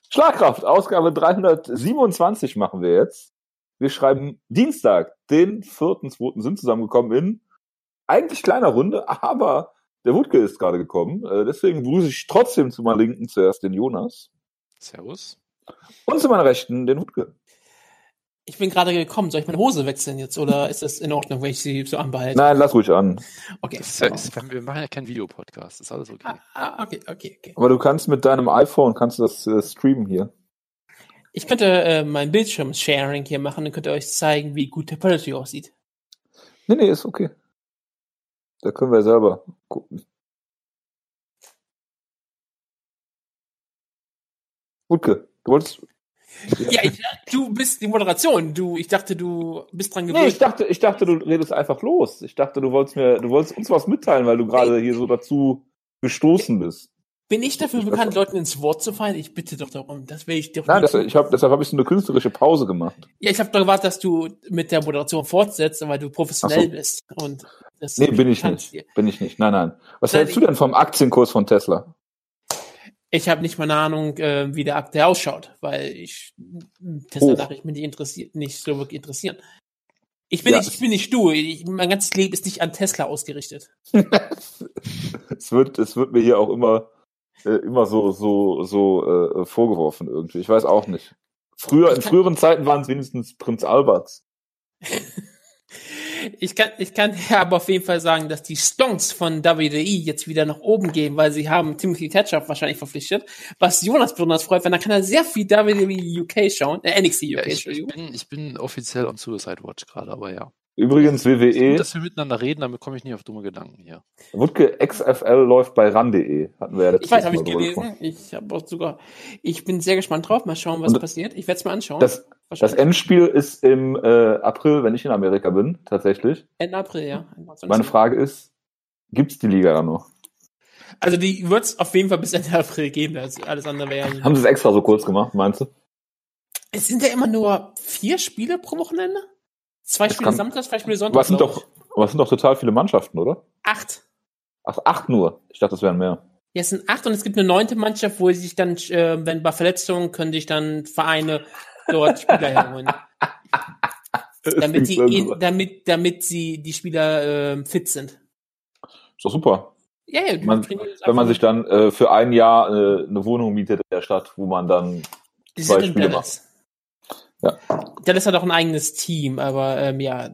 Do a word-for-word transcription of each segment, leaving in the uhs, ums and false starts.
Schlagkraft, Ausgabe dreihundertsiebenundzwanzig machen wir jetzt. Wir schreiben Dienstag, den vierten zweiten sind zusammengekommen in eigentlich kleiner Runde, aber der Wutke ist gerade gekommen. Deswegen begrüße ich trotzdem zu meiner Linken zuerst den Jonas. Servus. Und zu meiner Rechten den Wutke. Ich bin gerade gekommen. Soll ich meine Hose wechseln jetzt oder ist das in Ordnung, wenn ich sie so anbehalte? Nein, lass ruhig an. Okay. Das ist, wir machen ja keinen Videopodcast, ist alles okay. Ah, okay, okay, okay. Aber du kannst mit deinem iPhone kannst du das äh, streamen hier. Ich könnte äh, mein Bildschirm-Sharing hier machen und könnte euch zeigen, wie gut Topology aussieht. Nee, nee, ist okay. Da können wir selber gucken. Wutke, du wolltest... Ja, ich, du bist die Moderation. Du, ich dachte, du bist dran gewöhnt. Nee, ich dachte, ich dachte, du redest einfach los. Ich dachte, du wolltest mir, du wolltest uns was mitteilen, weil du gerade hier so dazu gestoßen bist. Bin ich dafür bekannt, Leuten ins Wort zu fallen? Ich bitte doch darum. Das will ich doch Nein, nicht. das, ich hab, deshalb habe ich so eine künstlerische Pause gemacht. Ja, ich habe doch gewartet, dass du mit der Moderation fortsetzt, weil du professionell so. bist. Und das nee, bin ich nicht. Dir. Bin ich nicht. Nein, nein. Was nein, hältst du denn vom Aktienkurs von Tesla? Ich habe nicht mal eine Ahnung, äh, wie der Akte ausschaut, weil ich Tesla-Nachrichten mich nicht interessiert, nicht so wirklich interessieren. Ich bin ja. nicht, ich bin nicht du. Ich, mein ganzes Leben ist nicht an Tesla ausgerichtet. es wird, es wird mir hier auch immer, äh, immer so, so, so äh, vorgeworfen irgendwie. Ich weiß auch nicht. Früher, in früheren Zeiten waren es wenigstens Prinz Alberts. Ich kann, ich kann ja aber auf jeden Fall sagen, dass die Stonks von W W E jetzt wieder nach oben gehen, weil sie haben Timothy Thatcher wahrscheinlich verpflichtet. Was Jonas besonders freut, weil dann kann er sehr viel W W E U K schauen, äh, N X T U K. Ja, ich, ich, bin, ich bin offiziell on Suicide Watch gerade, aber ja. Übrigens, W W E... Gut, dass wir miteinander reden, damit komme ich nicht auf dumme Gedanken hier. Wutke, X F L läuft bei ran punkt de. Hatten wir ja letztes Ich weiß, habe ich Mal gelesen. Ich habe auch sogar... Ich bin sehr gespannt drauf. Mal schauen, was Und passiert. Ich werde es mir anschauen. Das, das Endspiel ist im äh, April, wenn ich in Amerika bin, tatsächlich. Ende April, ja. Meine Frage ist, gibt's die Liga da noch? Also die wird es auf jeden Fall bis Ende April geben. Also alles andere wäre... Haben sie es extra so kurz gemacht, meinst du? Es sind ja immer nur vier Spiele pro Wochenende? Zwei das Spiele kann, Samstag, zwei Spiele Sonntag. Was sind doch, was sind doch total viele Mannschaften, oder? Acht. Ach, acht nur. Ich dachte, es wären mehr. Ja, es sind acht und es gibt eine neunte Mannschaft, wo sich dann, äh, wenn bei Verletzungen, können sich dann Vereine dort Spieler herholen. damit die, in, damit, damit sie, die Spieler äh, fit sind. Ist doch super. Ja, ja. Man, wenn man sich dann äh, für ein Jahr äh, eine Wohnung mietet in der Stadt, wo man dann die zwei sind Spiele macht. Ja. Dallas hat auch ein eigenes Team, aber ähm, ja,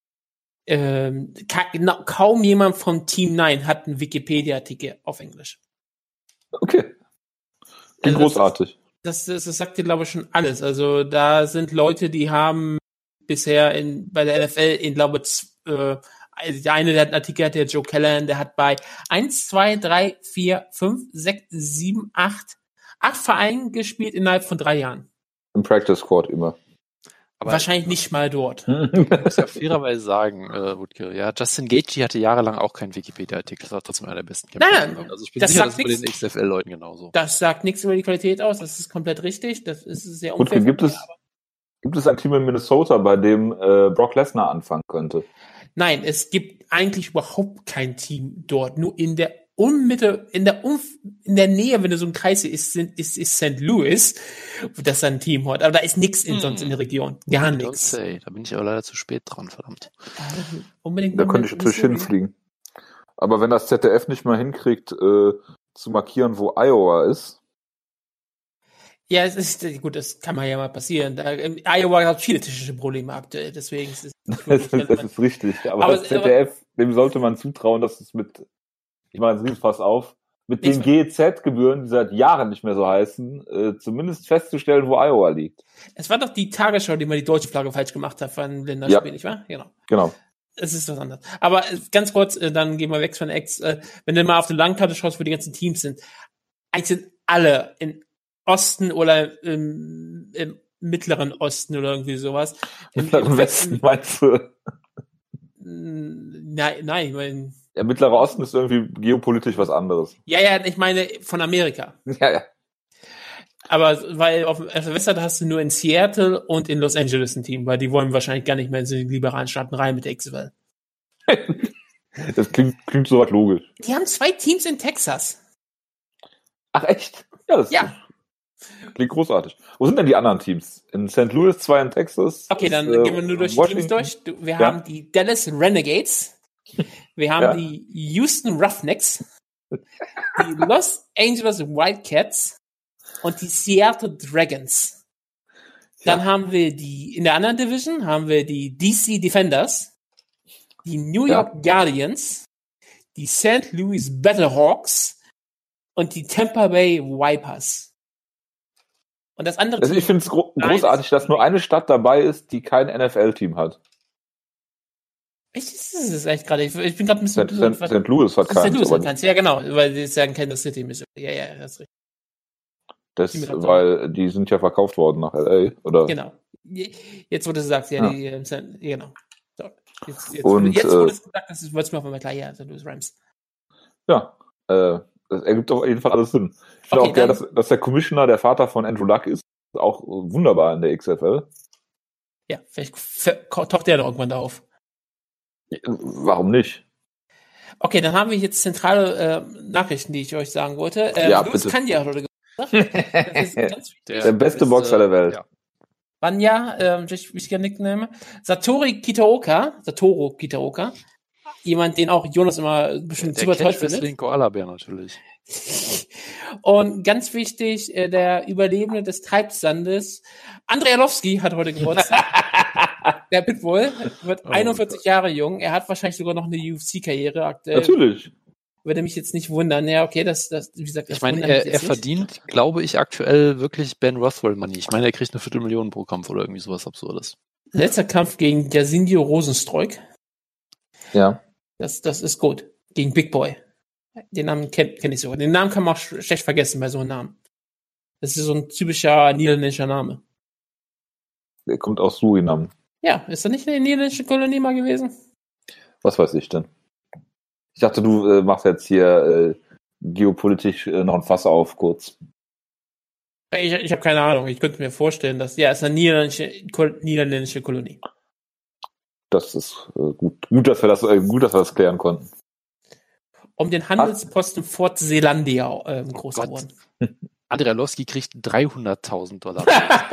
ähm, ka- kaum jemand vom Team neun hat einen Wikipedia-Artikel auf Englisch. Okay. Klingt also großartig. Das, das, das sagt dir, glaube ich, schon alles. Also da sind Leute, die haben bisher in, bei der N F L in, glaube ich, äh, der eine, der hat einen Artikel, hat der Joe Callahan, der hat bei eins, zwei, drei, vier, fünf, sechs, sieben, acht, acht Vereinen gespielt innerhalb von drei Jahren. Im Practice Squad immer. Aber wahrscheinlich nicht mal dort. Ich muss ja fairerweise sagen, äh, Wutke, ja, Justin Gaethje hatte jahrelang auch keinen Wikipedia-Artikel, das war trotzdem einer der besten Kämpfer. Nein, nein, also ich bin das sicher, sagt das ist bei den X F L-Leuten genauso. Das sagt nichts über die Qualität aus, das ist komplett richtig, das ist sehr unfair. Wutke, gibt es, gibt es ein Team in Minnesota, bei dem äh, Brock Lesnar anfangen könnte? Nein, es gibt eigentlich überhaupt kein Team dort, nur in der Unmittel, in der Umf- in der Nähe, wenn du so ein Kreis ist, ist, ist Saint Louis, das sein Team hat. Aber da ist nichts in, sonst in der Region. Gar nichts. Da bin ich aber leider zu spät dran, verdammt. Also, unbedingt da könnte ich natürlich hinfliegen. Aber wenn das Z D F nicht mal hinkriegt, äh, zu markieren, wo Iowa ist. Ja, es ist, gut, das kann man ja mal passieren. Da, Iowa hat viele technische Probleme aktuell, deswegen ist es das, das ist richtig. Aber, aber das Z D F, aber, dem sollte man zutrauen, dass es mit, ich meine, es pass auf, mit den G E Z-Gebühren, die seit Jahren nicht mehr so heißen, äh, zumindest festzustellen, wo Iowa liegt. Es war doch die Tagesschau, die mal die deutsche Flagge falsch gemacht hat von Länderspiel, ja. Nicht wahr? Genau. Genau. Es ist was anderes. Aber ganz kurz, äh, dann gehen wir weg von Ex. Äh, wenn du mal auf die Landkarte schaust, wo die ganzen Teams sind, eigentlich sind alle in Osten oder im, im Mittleren Osten oder irgendwie sowas. Im Mittleren Westen, meinst du? Nein, nein, ich meine... Der Mittlere Osten ist irgendwie geopolitisch was anderes. Ja, ja, ich meine von Amerika. Ja, ja. Aber weil auf der Westseite hast du nur in Seattle und in Los Angeles ein Team, weil die wollen wahrscheinlich gar nicht mehr in die liberalen Staaten rein mit der X F L. Das klingt, klingt soweit logisch. Die haben zwei Teams in Texas. Ach echt? Ja, das ja. Klingt großartig. Wo sind denn die anderen Teams? In Saint Louis, zwei in Texas. Okay, dann äh, gehen wir nur durch Washington. die Teams durch. Wir Ja. haben die Dallas Renegades. Wir haben Ja. die Houston Roughnecks. Die Los Angeles Wildcats. Und die Seattle Dragons. Dann Ja. haben wir die, in der anderen Division haben wir die D C Defenders. Die New Ja. York Guardians. Die Saint Louis Battlehawks. Und die Tampa Bay Vipers. Und das andere Also ich finde es gro- Nein, großartig, dass nur eine Stadt dabei ist, die kein N F L-Team hat. Echt, ist es echt gerade. Ich, ich bin gerade ein bisschen. Saint Saint Louis hat Das ist keins. Louis aber hat keins. Ja, genau, weil sie sagen Kansas City. Missouri. Ja, ja, das ist richtig. Das, Die mit Abstand. weil die sind ja verkauft worden nach L A, oder? Genau. Je- Jetzt, wo du sagst, ja, Ja. die, ähm, San- ja, genau. So, jetzt, jetzt, Und, jetzt, wo äh, du es gesagt hast, wird es mir auf einmal klar, ja, Saint Louis Rams. Ja, äh, das ergibt auf jeden Fall alles Sinn. Ich finde Okay, auch geil, dann- dass, dass der Commissioner der Vater von Andrew Luck ist. Auch wunderbar in der X F L. Ja, vielleicht ver- ko- taucht der doch irgendwann da auf. Warum nicht? Okay, dann haben wir jetzt zentrale äh, Nachrichten, die ich euch sagen wollte. Ähm, Ja, Louis bitte. Kanja wurde gesagt. Das ist ganz wichtig. Der beste Boxer der Welt. Ja. Banya, ähm, wichtiger Nickname. Satori Kitaoka, Satoru Kitaoka. Jemand, den auch Jonas immer bestimmt Der super toll Catch findet. Wrestling Koala-Bär natürlich. Und ganz wichtig, äh, der Überlebende des Treibsandes, Andrei Arlovski hat heute Geburtstag. Der Pitbull wird Oh einundvierzig Jahre jung. Er hat wahrscheinlich sogar noch eine U F C-Karriere aktuell. Natürlich. Würde mich jetzt nicht wundern. Ja, okay, das, das, wie gesagt, das Ich meine, wundert mich er, er jetzt nicht. verdient, glaube ich, aktuell wirklich Ben Rothwell Money. Ich meine, er kriegt eine Viertelmillion pro Kampf oder irgendwie sowas Absurdes. Letzter Kampf gegen Jasindio Rosenstreuk. Ja. Das, das ist gut. Gegen Big Boy. Den Namen kenne kenn ich sogar. Den Namen kann man auch sch schlecht vergessen bei so einem Namen. Das ist so ein typischer niederländischer Name. Der kommt aus Surinam. Ja, ist er nicht eine niederländische Kolonie mal gewesen? Was weiß ich denn? Ich dachte, du äh, machst jetzt hier äh, geopolitisch äh, noch ein Fass auf, kurz. Ich, ich habe keine Ahnung. Ich könnte mir vorstellen, dass, ja, es ist eine niederländische, Kol niederländische Kolonie. Das ist äh, gut. Gut, dass wir das, äh, gut, dass wir das klären konnten. Um den Handelsposten Fort Zeelandia ähm, groß Gott. geworden. Andrei Arlovski kriegt dreihunderttausend Dollar.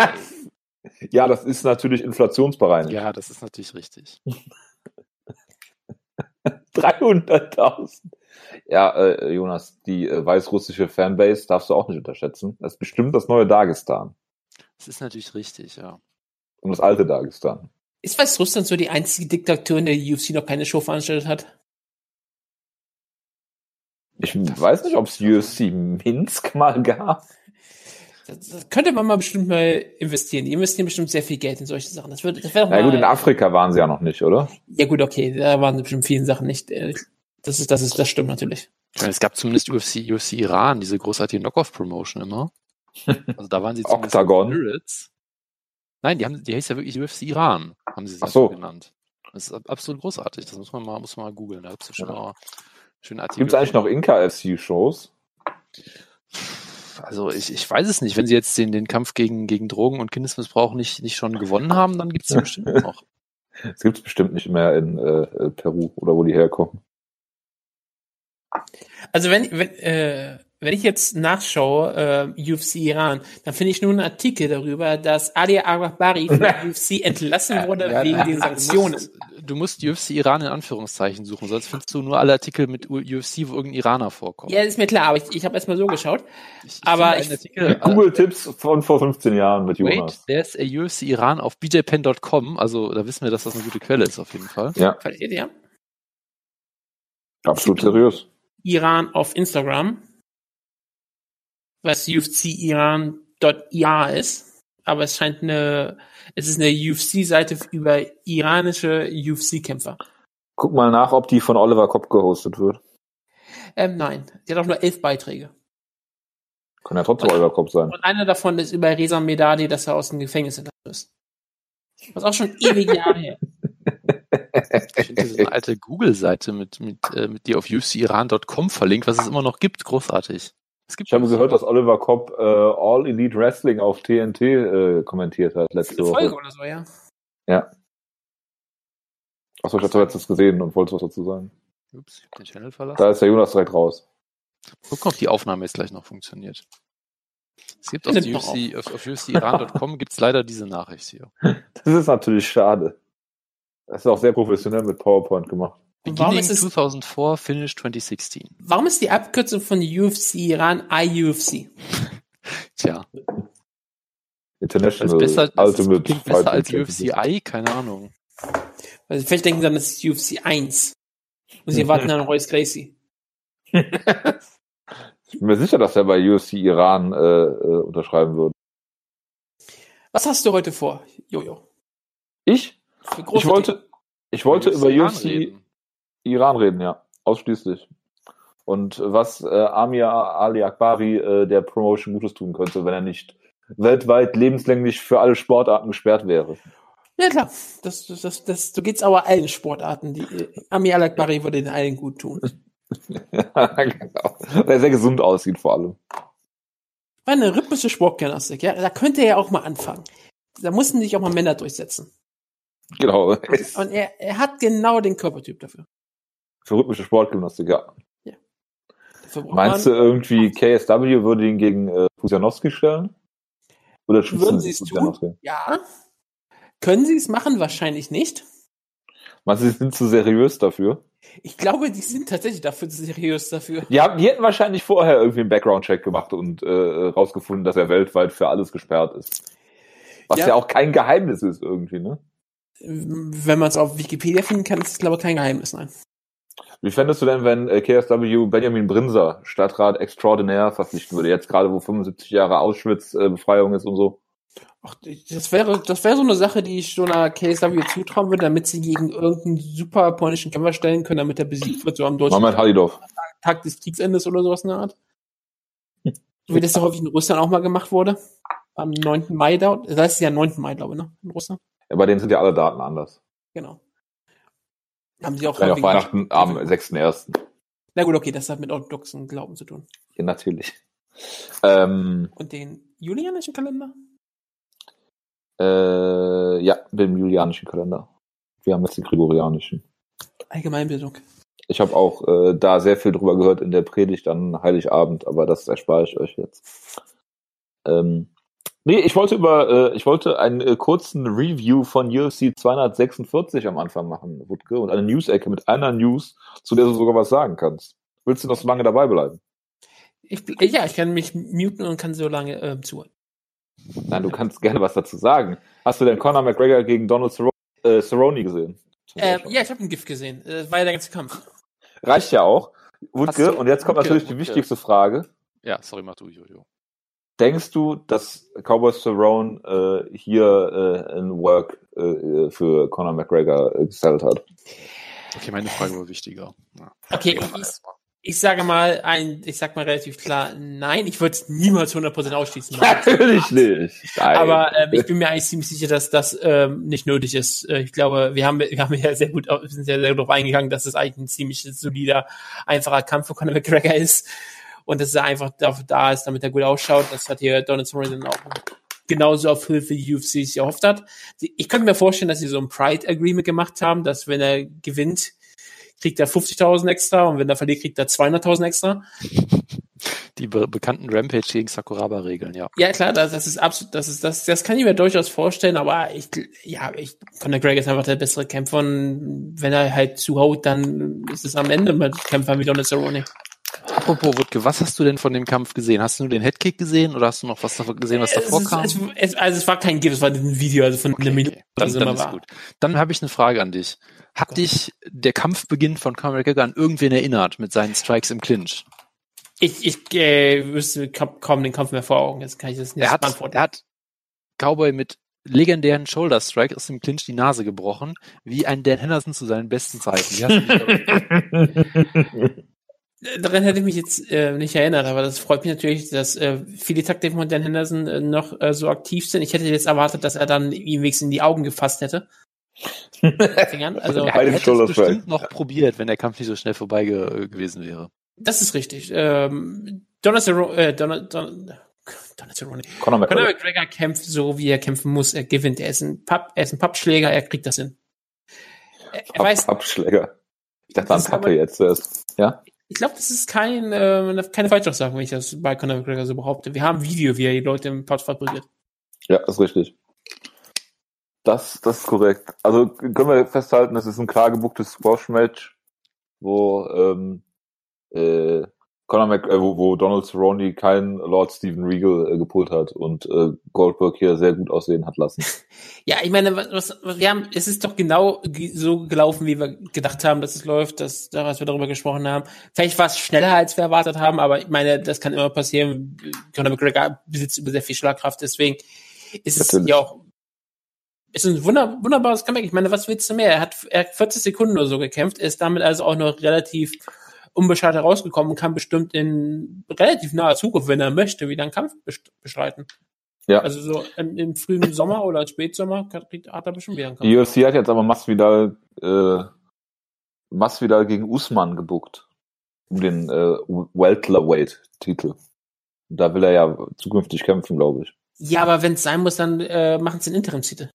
Ja, das ist natürlich inflationsbereinigt. Ja, das ist natürlich richtig. dreihunderttausend. Ja, äh, Jonas, die äh, weißrussische Fanbase darfst du auch nicht unterschätzen. Das ist bestimmt das neue Dagestan. Das ist natürlich richtig, ja. Und das alte Dagestan. Ist Weißrussland so die einzige Diktatur, in der die U F C noch keine Show veranstaltet hat? Ich weiß nicht, ob es U F C Minsk mal gab. Das, das könnte man mal bestimmt mal investieren. Die investieren bestimmt sehr viel Geld in solche Sachen. Das wird, das wäre doch Na mal, gut, in Afrika waren sie ja noch nicht, oder? ja gut, okay, da waren bestimmt vielen Sachen nicht. äh, Das ist, das ist, das stimmt natürlich. Ich meine, es gab zumindest U F C, U F C Iran, diese großartige Knockoff-Promotion immer. Also da waren sie zumindest Octagon. Spirits. Nein, die haben, die heißt ja wirklich U F C Iran, haben sie sich Ach so. genannt. Das ist ab- absolut großartig. Das muss man mal, muss man mal googeln. Da gibt's ja schon Ja. mal schöne Artikel. Gibt es eigentlich noch Inka F C-Shows? Also ich, ich weiß es nicht. Wenn sie jetzt den, den Kampf gegen, gegen Drogen und Kindesmissbrauch nicht, nicht schon gewonnen haben, dann gibt's sie bestimmt noch. Das gibt es bestimmt nicht mehr in äh, äh, Peru oder wo die herkommen. Also wenn, wenn, äh, wenn ich jetzt nachschaue, äh, U F C Iran, dann finde ich nur einen Artikel darüber, dass Ali Akbari von der U F C entlassen wurde Ja, wegen du den musst- Sanktionen. Du musst U F C Iran in Anführungszeichen suchen, sonst findest du nur alle Artikel mit U F C, wo irgendein Iraner vorkommt. Ja, ist mir klar, aber ich, ich habe erstmal so geschaut. Ich, ich aber finde ich- einen Artikel, äh, Google-Tipps von vor fünfzehn Jahren mit Wait, Jonas. there's a U F C Iran auf b j pen dot com, also da wissen wir, dass das eine gute Quelle ist auf jeden Fall. Ja, Qualität, ja. absolut seriös. Iran auf Instagram, was U F C Iran Punkt I A ist. Aber es scheint eine, es ist eine U F C-Seite über iranische U F C-Kämpfer. Guck mal nach, ob die von Oliver Kopp gehostet wird. Ähm, nein, die hat auch nur elf Beiträge. Kann ja trotzdem Oliver Kopp sein. Und einer davon ist über Reza Medadi, dass er aus dem Gefängnis entlassen ist. Was auch schon ewig Jahre her. Ich finde diese alte Google-Seite mit, mit, äh, mit die auf u f c iran Punkt com verlinkt, was es immer noch gibt, großartig. Es gibt Ich habe gehört, dass Oliver Kopp äh, All Elite Wrestling auf T N T äh, kommentiert hat Das ist letzte eine Folge Woche. oder so, ja. Ja. Achso, ich hatte letztens gesehen und wollte was dazu sagen. Ups, ich habe den Channel verlassen. Da ist der Jonas direkt raus. Gucken, ob die Aufnahme jetzt gleich noch funktioniert. Es gibt auf, die U F C, auf, auf U F C Iran Punkt com gibt es leider diese Nachricht hier. Das ist natürlich schade. Das ist auch sehr professionell mit PowerPoint gemacht. Beginning zweitausendvier, Finish zwanzig sechzehn. Warum ist die Abkürzung von U F C Iran I U F C? Tja. International das besser, Ultimate das besser als U F C I? Keine Ahnung. Also vielleicht denken sie dann, das ist U F C eins. Und sie warten an Royce Gracie. Ich bin mir sicher, dass er bei U F C Iran äh, äh, unterschreiben würde. Was hast du heute vor, Jojo? Ich? Ich wollte, ich wollte über U F C reden. Iran reden, ja. Ausschließlich. Und was äh, Amir Ali Akbari äh, der Promotion Gutes tun könnte, wenn er nicht weltweit lebenslänglich für alle Sportarten gesperrt wäre. Ja klar, das, das, das, das, so geht's aber allen Sportarten. Die, äh, Amir Ali Akbari würde den allen gut tun. Ja, genau. Der sehr gesund aussieht vor allem. Eine rhythmische Sportgymnastik, ja, da könnte er auch mal anfangen. Da mussten sich auch mal Männer durchsetzen. Genau. Und, und er, er hat genau den Körpertyp dafür. Für rhythmische Sportgymnastik, ja. ja. Meinst du irgendwie, K S W würde ihn gegen äh, Pudzianowski stellen? Oder würden sie es tun? Ja. Können sie es machen? Wahrscheinlich nicht. Meinst du, sie sind zu seriös dafür? Ich glaube, die sind tatsächlich dafür zu seriös dafür. Die, haben, die hätten wahrscheinlich vorher irgendwie einen Background-Check gemacht und äh, rausgefunden, dass er weltweit für alles gesperrt ist. Was ja, ja auch kein Geheimnis ist irgendwie, ne? Wenn man es auf Wikipedia finden kann, ist es, glaube ich, kein Geheimnis, nein. Wie fändest du denn, wenn äh, K S W Benjamin Brinzer, Stadtrat Extraordinaire, verpflichten würde? Jetzt gerade, wo fünfundsiebzig Jahre Auschwitz-Befreiung äh, ist und so. Ach, das wäre, das wäre so eine Sache, die ich so einer K S W zutrauen würde, damit sie gegen irgendeinen super polnischen Kämpfer stellen können, damit er besiegt wird, so am deutschen Mohamed Halidov. Tag des Kriegsendes oder sowas in der Art. So wie das ja häufig in Russland auch mal gemacht wurde. Am neunten Mai da. Das heißt ja neunten Mai, glaube ich, ne? In Russland. Ja, bei denen sind ja alle Daten anders. Genau. Haben sie auch ja, auf Weihnachten am sechsten ersten Na gut, okay, das hat mit orthodoxen Glauben zu tun. Ja, natürlich. Ähm, Und den julianischen Kalender? Äh, ja, den julianischen Kalender. Wir haben jetzt den gregorianischen. Allgemeinbildung. Ich habe auch äh, da sehr viel drüber gehört in der Predigt an Heiligabend, aber das erspare ich euch jetzt. Ähm, nee, ich wollte über, äh, ich wollte einen äh, kurzen Review von U F C zweihundertsechsundvierzig am Anfang machen, Wutke, und eine News-Ecke mit einer News, zu der du sogar was sagen kannst. Willst du noch so lange dabei bleiben? Ich, ja, ich kann mich muten und kann so lange äh, zuhören. Nein, du kannst gerne was dazu sagen. Hast du denn Conor McGregor gegen Donald Cerrone, äh, Cerrone gesehen? Ähm, ja, ich habe ein GIF gesehen. Das war ja der ganze Kampf. Reicht ja auch. Wutke, und jetzt kommt Wutke, natürlich die Wutke. wichtigste Frage. Ja, sorry, mach du, Jojo. Denkst du, dass Cowboy Cerrone äh, hier äh, ein Work äh, für Conor McGregor äh, gestellt hat? Okay, meine Frage war wichtiger. Ja. Okay, ich, ich sage mal, ein, ich sag mal relativ klar, nein, ich würde es niemals hundert Prozent ausschließen. Natürlich nicht. Nein. Aber ähm, ich bin mir eigentlich ziemlich sicher, dass das ähm, nicht nötig ist. Äh, ich glaube, wir haben, wir haben ja sehr gut, wir sind ja sehr darauf eingegangen, dass es eigentlich ein ziemlich solider, einfacher Kampf für Conor McGregor ist. Und dass er einfach dafür da ist, damit er gut ausschaut. Das hat hier Donald Cerrone dann auch genauso auf Hilfe U F C sich erhofft hat. Ich könnte mir vorstellen, dass sie so ein Pride Agreement gemacht haben, dass wenn er gewinnt, kriegt er fünfzigtausend extra und wenn er verliert, kriegt er zweihunderttausend extra. Die be- bekannten Rampage gegen Sakuraba-Regeln, ja. Ja, klar, das, das ist absolut, das ist, das, das kann ich mir durchaus vorstellen, aber ich, ja, ich, Conor McGregor ist einfach der bessere Kämpfer und wenn er halt zuhaut, dann ist es am Ende mit Kämpfern wie Donald Cerrone. Apropos, Wutke, was hast du denn von dem Kampf gesehen? Hast du nur den Headkick gesehen oder hast du noch was davon gesehen, was davor es, kam? Es, es, also es war kein GIF, es war ein Video, also von okay, einer Minute. Okay. Dann, also dann ist war. gut. Dann habe ich eine Frage an dich. Hat dich der Kampfbeginn von Conor McGregor an irgendwen erinnert mit seinen Strikes im Clinch? Ich, ich äh, wüsste kaum den Kampf mehr vor Augen, jetzt kann ich das nicht er hat, beantworten. Er hat Cowboy mit legendären Shoulder Strike aus dem Clinch die Nase gebrochen, wie ein Dan Henderson zu seinen besten Zeiten. Wie hast du dich Daran hätte ich mich jetzt äh, nicht erinnert, aber das freut mich natürlich, dass äh, viele Taktiken von Dan Henderson äh, noch äh, so aktiv sind. Ich hätte jetzt erwartet, dass er dann ihm wenigstens in die Augen gefasst hätte. Also, er hätte es bestimmt noch probiert, wenn der Kampf nicht so schnell vorbei ge- gewesen wäre. Das ist richtig. Ähm, Donald Cerrone, äh, Donald, Donald, Donald Cerrone. Conor McGregor. Conor McGregor kämpft so, wie er kämpfen muss. Er gewinnt. Er ist ein Papp, er ist ein Pappschläger. Er kriegt das hin. Er, er Papp, weiß. Pappschläger. Ich dachte an Pappe jetzt erst. Ja? Ich glaube, das ist kein, äh, keine Falschaussage, wenn ich das bei Conor McGregor so behaupte. Wir haben ein Video, wie er die Leute im Pod verprügelt. Ja, das ist richtig. Das, das ist korrekt. Also können wir festhalten, es ist ein klar gebucktes Squash-Match, wo ähm, äh, Conor Mc, äh, wo, wo Donald Cerrone keinen Lord Steven Regal äh, gepult hat und äh, Goldberg hier sehr gut aussehen hat lassen. Ja, ich meine, was, was wir haben, es ist doch genau so gelaufen, wie wir gedacht haben, dass es läuft, dass, als wir darüber gesprochen haben. Vielleicht war es schneller, als wir erwartet haben, aber ich meine, das kann immer passieren. Conor McGregor besitzt über sehr viel Schlagkraft, deswegen ist es Natürlich. ja auch, ist ein wunder, wunderbares Comeback. Ich meine, was willst du mehr? Er hat, er hat vierzig Sekunden oder so gekämpft, ist damit also auch noch relativ unbeschadet herausgekommen und kann bestimmt in relativ naher Zukunft, wenn er möchte, wieder einen Kampf bestreiten. Ja. Also so im, im frühen Sommer oder Spätsommer hat er bestimmt wieder einen Kampf. Die U F C hat jetzt aber Masvidal, äh, Masvidal gegen Usman gebuckt. Um den äh, Welterweight-Titel. Und da will er ja zukünftig kämpfen, glaube ich. Ja, aber wenn es sein muss, dann äh, machen sie einen Interimstitel.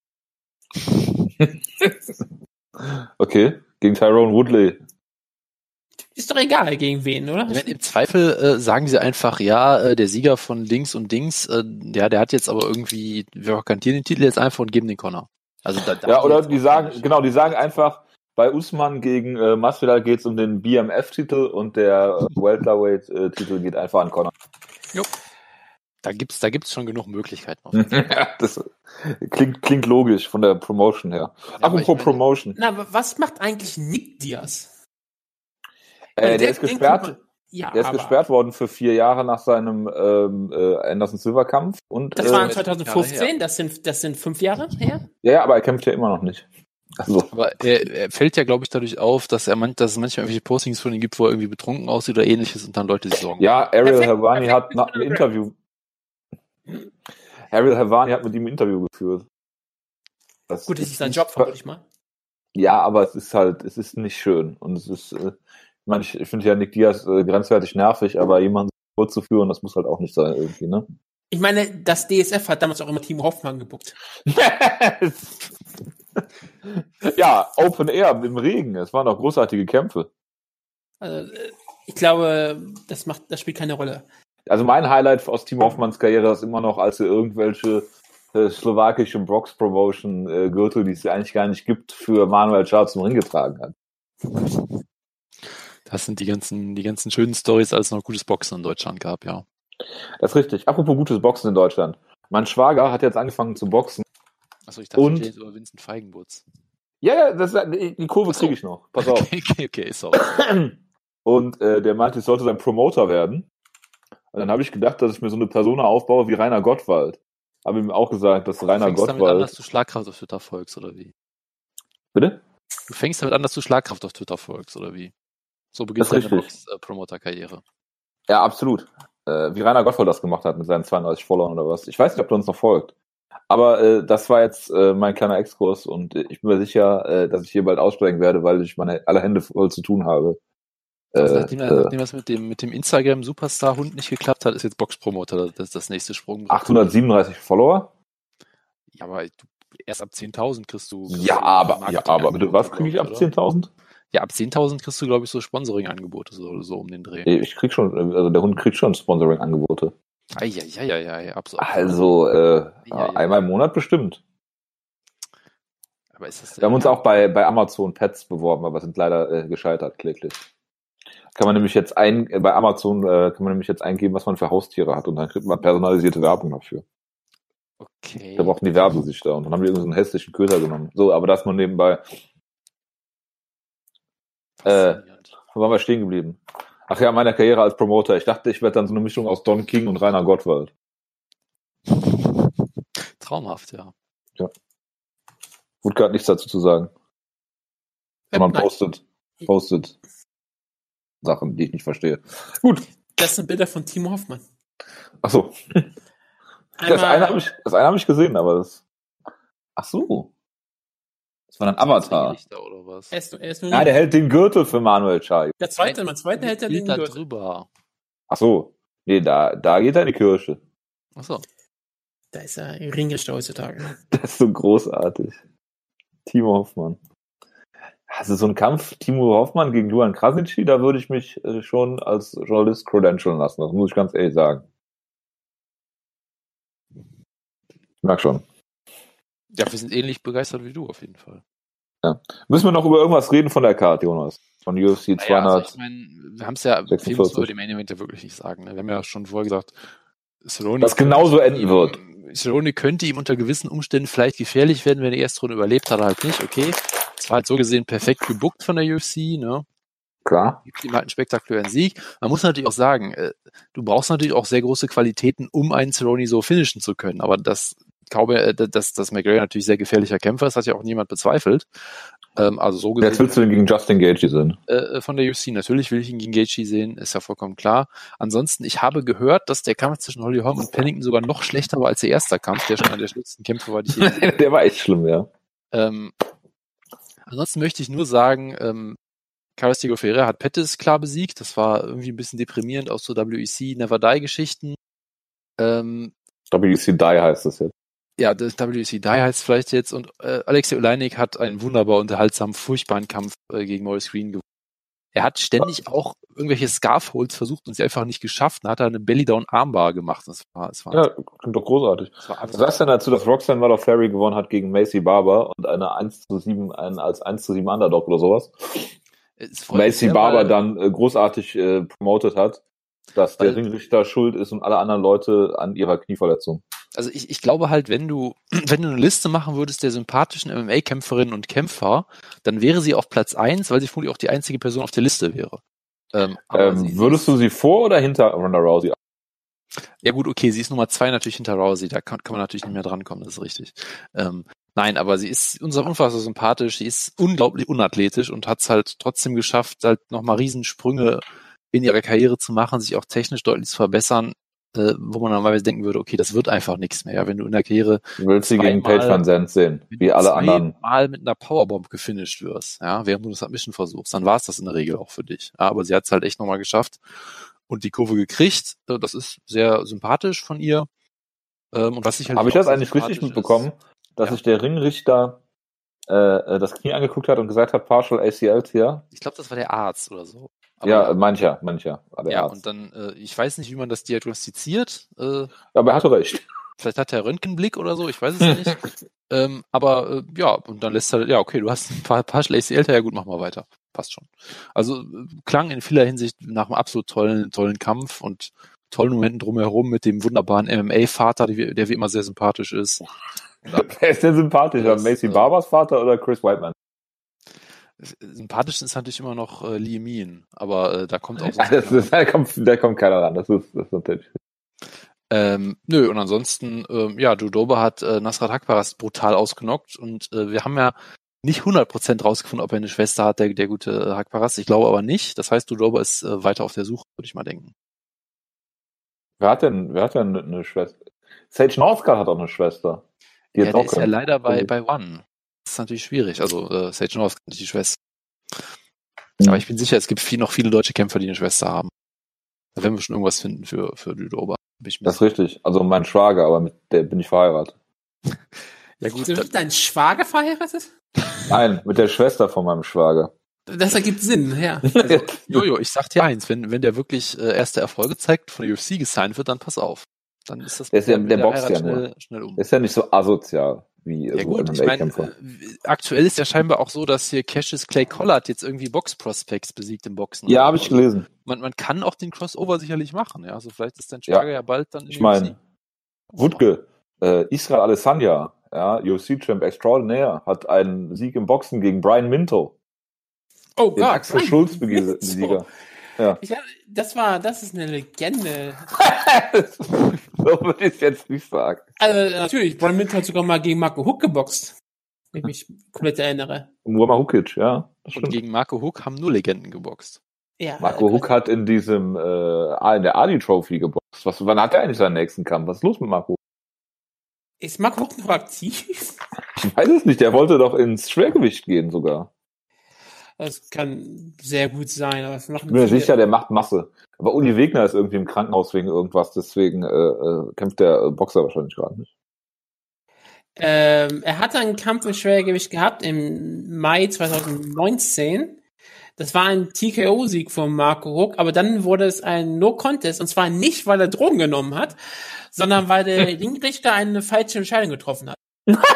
Okay, gegen Tyrone Woodley. Ist doch egal, gegen wen, oder? Wenn im Zweifel äh, sagen sie einfach, ja, äh, der Sieger von Dings und Dings, äh, ja, der hat jetzt aber irgendwie, wir vakantieren den Titel jetzt einfach und geben den Connor. Also da, da Ja, oder jetzt die auch sagen, nicht. genau, die sagen einfach, bei Usman gegen äh, Masvidal geht es um den B M F-Titel und der äh, Welterweight-Titel geht einfach an Connor. Jo. Da gibt's, da gibt's schon genug Möglichkeiten. Ja, das klingt, klingt logisch von der Promotion her. Ja, Apropos meine, Promotion. Na, aber was macht eigentlich Nick Diaz? Äh, der, der- ist den gesperrt, guck mal- Ja, der ist aber gesperrt worden für vier Jahre nach seinem ähm, äh, Anderson Silva Kampf und das äh, waren äh, zwanzig fünfzehn, das sind, das sind fünf Jahre her. ja, ja, aber er kämpft ja immer noch nicht. Also, Aber er, er fällt ja, glaube ich, dadurch auf, dass er man, dass es manchmal irgendwelche Postings von ihm gibt, wo er irgendwie betrunken aussieht oder ähnliches und dann Leute sich sorgen. ja, Ariel Perfekt, Helwani perfekt, hat nach einem Interview Ariel Helwani hat mit ihm ein Interview geführt. Das Gut, das ist sein nicht- Job, vermute ich mal. Ja, aber es ist halt, es ist nicht schön. Und es ist, äh, ich meine, ich, ich finde ja Nick Diaz äh, grenzwertig nervig, aber jemanden vorzuführen, das muss halt auch nicht sein irgendwie, ne? Ich meine, das D S F hat damals auch immer Timo Hoffmann gebuckt. Ja, Open Air im Regen, es waren auch großartige Kämpfe. Also, äh, ich glaube, das macht, das spielt keine Rolle. Also mein Highlight aus Timo Hoffmanns Karriere ist immer noch, als er irgendwelche äh, slowakische Brox Promotion äh, Gürtel, die es ja eigentlich gar nicht gibt, für Manuel Charles zum Ring getragen hat. Das sind die ganzen, die ganzen schönen Stories, als es noch gutes Boxen in Deutschland gab, ja. Das ist richtig. Apropos gutes Boxen in Deutschland. Mein Schwager hat jetzt angefangen zu boxen. Achso, ich dachte, Und- wir reden jetzt über Vincent Feigenbutz. Ja, ja, das, die Kurve Ach so. kriege ich noch. Pass auf. Okay, okay, okay, sorry. Und äh, der meinte, ich sollte sein Promoter werden. Und dann habe ich gedacht, dass ich mir so eine Persona aufbaue wie Rainer Gottwald. Habe ihm auch gesagt, dass Du Rainer fängst damit an, dass Gottwald... du Schlagkraft auf Twitter folgst, oder wie? Bitte? Du fängst damit an, dass du Schlagkraft auf Twitter folgst, oder wie? So beginnt Das ist deine richtig. Box-Promoter-Karriere. Ja, absolut. Äh, wie Rainer Gottwald das gemacht hat mit seinen zweiunddreißig Followern oder was. Ich weiß nicht, ob der uns noch folgt. Aber äh, das war jetzt äh, mein kleiner Exkurs und äh, ich bin mir sicher, äh, dass ich hier bald aussteigen werde, weil ich meine alle Hände voll zu tun habe. Äh, Also nachdem, äh, nachdem das mit dem, mit dem Instagram-Superstar-Hund nicht geklappt hat, ist jetzt Box-Promoter das, das nächste Sprung. achthundertsiebenunddreißig Follower? Ja, aber du, erst ab zehntausend kriegst du... kriegst Ja, du aber, ja, Marketing- aber bitte, was Angebote, kriege ich glaub ab oder? zehntausend? Ja, ab zehntausend kriegst du, glaube ich, so Sponsoring-Angebote, so, so um den Dreh. Ich krieg schon, also der Hund kriegt schon Sponsoring-Angebote. Eieieiei, absolut. Also äh, Ja, ja, ja. einmal im Monat bestimmt. Aber ist das Wir haben uns auch bei, bei Amazon Pets beworben, aber sind leider äh, gescheitert, kläglich. Kann man nämlich jetzt ein, äh, bei Amazon äh, kann man nämlich jetzt eingeben, was man für Haustiere hat und dann kriegt man personalisierte Werbung dafür. Okay. Da brauchten die Werbesichter und dann haben die irgendeinen hässlichen Köter genommen. So, aber das nur nebenbei. Äh, Faszinierend. Wo waren wir stehen geblieben? Ach ja, meine Karriere als Promoter. Ich dachte, ich werde dann so eine Mischung aus Don King und Rainer Gottwald. Traumhaft, ja. Gut, gerade nichts dazu zu sagen. Ähm, Man nein, postet, postet Sachen, die ich nicht verstehe. Gut. das sind Bilder von Timo Hoffmann. Ach so. Das eine habe ich, das eine habe ich gesehen, aber das. Ach so. Das war ein Avatar. Lichter oder was? Er ist, er ist nur Ja, der hält den Gürtel für Manuel Chai. der zweite, mein zweiter hält er den Bild da Gürtel. drüber. Ach so. Nee, da, da geht er in die Kirche. Achso. Da ist er Ringrichter heutzutage. Das ist so großartig. Timo Hoffmann. Also so ein Kampf Timo Hoffmann gegen Duan Krasniqi, da würde ich mich äh, schon als Journalist credentialen lassen. Das muss ich ganz ehrlich sagen. Ich merk schon. Ja, wir sind ähnlich begeistert wie du auf jeden Fall. Ja. Müssen wir noch über irgendwas reden von der Karte, Jonas? Von U F C Naja, zweihundert. also ich meine, wir haben es ja, viel müssen wir über den Main Event ja wirklich nicht sagen. Ne? Wir haben ja schon vorher gesagt, Cerrone Was genauso enden ihm, wird. Cerrone könnte ihm unter gewissen Umständen vielleicht gefährlich werden, wenn er die erste Runde überlebt hat, halt nicht. Okay, es war halt so gesehen perfekt gebuckt von der U F C, ne? Klar. Gibt ihm halt einen spektakulären Sieg. Man muss natürlich auch sagen, äh, du brauchst natürlich auch sehr große Qualitäten, um einen Cerrone so finishen zu können. Aber das, glaube äh, dass, dass McGregor natürlich sehr gefährlicher Kämpfer ist, hat ja auch niemand bezweifelt. Ähm, also so gesehen. Jetzt willst du ihn gegen Justin Gaethje sehen? Äh, von der U F C. Natürlich will ich ihn gegen Gaethje sehen, ist ja vollkommen klar. Ansonsten, ich habe gehört, dass der Kampf zwischen Holly Holm und Pennington sogar noch schlechter war als der erste Kampf, der schon einer der schlimmsten Kämpfe war, die ich je Der war echt schlimm, ja. ähm, ansonsten möchte ich nur sagen, ähm, Carlos Diego Ferreira hat Pettis klar besiegt. Das war irgendwie ein bisschen deprimierend, auch so W E C Never Die Geschichten. Ähm, W E C Die heißt es jetzt. ja, das W E C Die heißt es vielleicht jetzt. Und äh, Alexei Oleinik hat einen wunderbar unterhaltsamen, furchtbaren Kampf äh, gegen Maurice Green gewonnen. Er hat ständig auch irgendwelche Scarf-Holds versucht und sie einfach nicht geschafft. Dann hat er eine Belly-Down-Armbar gemacht. Das war, das war Ja, klingt doch großartig. Was sagst du denn dazu, dass Roxanne Modafferi gewonnen hat gegen Macy Barber und eine eins zu sieben, einen als eins zu sieben Underdog oder sowas? Macy Barber dann äh, großartig äh, promotet hat, dass der Ringrichter schuld ist und alle anderen Leute an ihrer Knieverletzung. Also ich, ich glaube halt, wenn du, wenn du eine Liste machen würdest der sympathischen M M A-Kämpferinnen und Kämpfer, dann wäre sie auf Platz eins, weil sie vermutlich auch die einzige Person auf der Liste wäre. Ähm, ähm, sie, würdest sie ist, du sie vor oder hinter Ronda Rousey? Ja gut, okay, sie ist Nummer zwei natürlich hinter Rousey, da kann, kann man natürlich nicht mehr drankommen, das ist richtig. Ähm, nein, aber sie ist unser unfassbar sympathisch, sie ist unglaublich unathletisch und hat es halt trotzdem geschafft, halt nochmal Riesensprünge in ihrer Karriere zu machen, sich auch technisch deutlich zu verbessern, äh, wo man normalerweise denken würde, okay, das wird einfach nichts mehr, ja, wenn du in der Karriere Du willst sie gegen Paige Van Zandt sehen, wie alle anderen. Mal mit einer Powerbomb gefinisht wirst, ja, während du das Submission versuchst, dann war es das in der Regel auch für dich. Ja, aber sie hat es halt echt nochmal geschafft und die Kurve gekriegt. Das ist sehr sympathisch von ihr. Und was ich halt Habe ich das eigentlich richtig mitbekommen, ist, dass ja. sich der Ringrichter äh, das Knie angeguckt hat und gesagt hat, Partial A C L Tear? Ich glaube, das war der Arzt oder so. Aber ja, ja, mancher, mancher. War der ja, Arzt. Und dann, äh, ich weiß nicht, wie man das diagnostiziert. Äh, aber er hatte recht. Vielleicht hat er Röntgenblick oder so, ich weiß es nicht. ähm, aber äh, ja, und dann lässt er, ja, okay, du hast ein paar Partial A C L Tear, ja gut, mach mal weiter. Passt schon. Also äh, klang in vieler Hinsicht nach einem absolut tollen, tollen Kampf und tollen Momenten drumherum mit dem wunderbaren M M A-Vater, der, der wie immer sehr sympathisch ist. Wer ist denn sympathischer? Macy Barbers Vater oder Chris Weidman? Sympathisch ist natürlich immer noch äh, Liam Mean, aber äh, da kommt auch so ja, das ist, da, kommt, da kommt keiner ran, das ist, das ist natürlich. Ähm, nö, und ansonsten, ähm, ja, Judoba hat äh, Nasrat Haqparast brutal ausgenockt und äh, wir haben ja nicht hundert Prozent rausgefunden, ob er eine Schwester hat, der, der gute äh, Haqparast. Ich glaube aber nicht. Das heißt, Judoba ist äh, weiter auf der Suche, würde ich mal denken. Wer hat denn, wer hat denn eine Schwester? Sage Northcutt hat auch eine Schwester. Die ja, der ist ja leider bei, bei One. Das ist natürlich schwierig. Also äh, Sage Northcutt ist die Schwester. Mhm. Aber ich bin sicher, es gibt viel, noch viele deutsche Kämpfer, die eine Schwester haben. Da werden wir schon irgendwas finden für, für Judoba. Das ist richtig. Also mein Schwager, aber mit der bin ich verheiratet. Ja gut. Du bist dein Schwager verheiratet? Nein, mit der Schwester von meinem Schwager. Das ergibt Sinn, ja. Also, Jojo, ich sag dir eins, wenn, wenn der wirklich äh, erste Erfolge zeigt, von der U F C gesigned wird, dann pass auf. Dann ist das der, ist ja, der, der boxt ja schnell, nur. schnell um. Ist ja nicht so asozial wie ja so gut, ich meine, äh, aktuell ist ja scheinbar auch so, dass hier Cassius Clay Collard jetzt irgendwie Box-Prospects besiegt im Boxen. Ja, habe ich gelesen. Man, man kann auch den Crossover sicherlich machen, ja. Also vielleicht ist dein Schwager ja, ja bald dann in Ich meine, Wutke, äh, Israel Adesanya, ja, U F C-Champ Extraordinaire, hat einen Sieg im Boxen gegen Brian Minto. Oh Gott. Axel Schulz-Sieger. Ja. Ich, das war, das ist eine Legende. So würde ich es jetzt nicht sagen. Also natürlich, Brian Minto hat sogar mal gegen Marco Huck geboxt. Wenn ich mich komplett erinnere. Muammar Hukic, ja. Und gegen Marco Huck haben nur Legenden geboxt. Ja, Marco Huck hat in diesem, äh, in der Adi Trophy geboxt. Was, wann hat er eigentlich seinen nächsten Kampf? Was ist los mit Marco? Ist Marco Huck noch aktiv? Ich weiß es nicht, der wollte doch ins Schwergewicht gehen sogar. Das kann sehr gut sein. Aber das machen ich bin mir sicher, der macht Masse. Aber Uli Wegner ist irgendwie im Krankenhaus wegen irgendwas, deswegen äh, äh, kämpft der Boxer wahrscheinlich gerade nicht. Ähm, er hatte einen Kampf im Schwergewicht gehabt im Mai zwanzig neunzehn. Das war ein T K O-Sieg von Marco Huck, aber dann wurde es ein No-Contest, und zwar nicht, weil er Drogen genommen hat, sondern weil der Ringrichter eine falsche Entscheidung getroffen hat.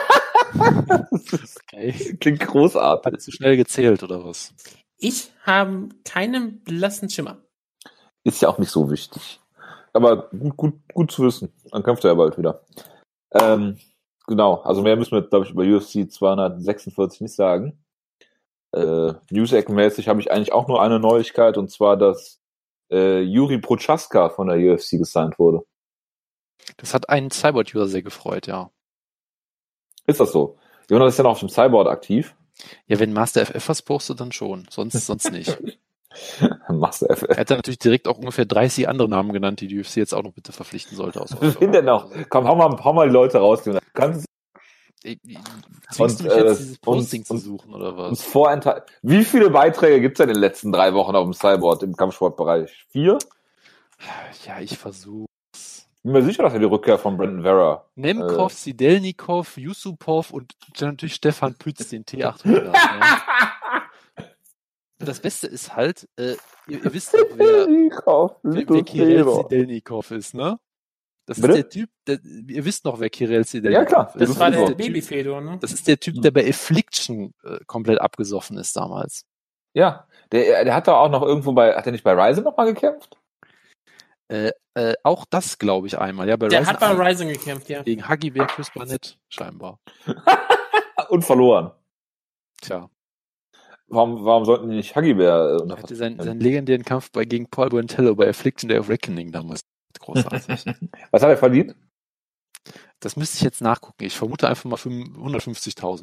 Okay. Klingt großartig. Hat er zu schnell gezählt, oder was? Ich habe keinen blassen Schimmer. Ist ja auch nicht so wichtig. Aber gut, gut, gut zu wissen. Dann kämpft er ja bald wieder. Ähm, genau, also mehr müssen wir, glaube ich, über U F C zweihundertsechsundvierzig nicht sagen. Äh, News-Ecken-mäßig habe ich eigentlich auch nur eine Neuigkeit, und zwar, dass äh, Juri Prochaska von der U F C gesigned wurde. Das hat einen Cyborg-User sehr gefreut, ja. Ist das so? Jonas ist ja noch auf dem Cyborg aktiv. Ja, wenn Master F F was postet, dann schon. Sonst, sonst nicht. Master F F. Er hat dann natürlich direkt auch ungefähr dreißig andere Namen genannt, die die U F C jetzt auch noch bitte verpflichten sollte. Aus Wen denn noch? Komm, hau mal, hau mal die Leute raus, Jonas. Kannst Zwingst du mich äh, jetzt, dieses Posting und, zu und, suchen, oder was? uns vorenthalten. Wie viele Beiträge gibt es in den letzten drei Wochen auf dem Cyborg im Kampfsportbereich? Vier? Ja, ich versuche. Bin mir sicher, dass er die Rückkehr von Brandon Vera. Nemkov, äh, Sidelnikov, Yusupov und natürlich Stefan Pütz, den T achthundert. Ne? Das Beste ist halt, äh, ihr, ihr wisst doch, wer, wer, wer Kirill Sidelnikov ist, ne? Das Bitte? ist der Typ, der, ihr wisst noch, wer Kirill Sidelnikov Ja, klar. ist. Das, Das war ist der so. Babyfedor, ne? Das ist der Typ, der bei Affliction äh, komplett abgesoffen ist damals. Ja, der, der hat doch auch noch irgendwo bei, hat er nicht bei Ryzen nochmal gekämpft? Äh, äh, auch das glaube ich einmal. Ja, bei Der Ryzen hat bei Ryzen gekämpft, ja. gegen Huggy Bear Chris Barnett, scheinbar. Und verloren. Tja. Warum, warum sollten die nicht Huggy Bear äh, Er hatte seinen, seinen legendären Kampf bei, gegen Paul Buentello bei Affliction Day of Reckoning damals. Großartig. Was hat er verdient? Das müsste ich jetzt nachgucken. Ich vermute einfach mal hundertfünfzigtausend.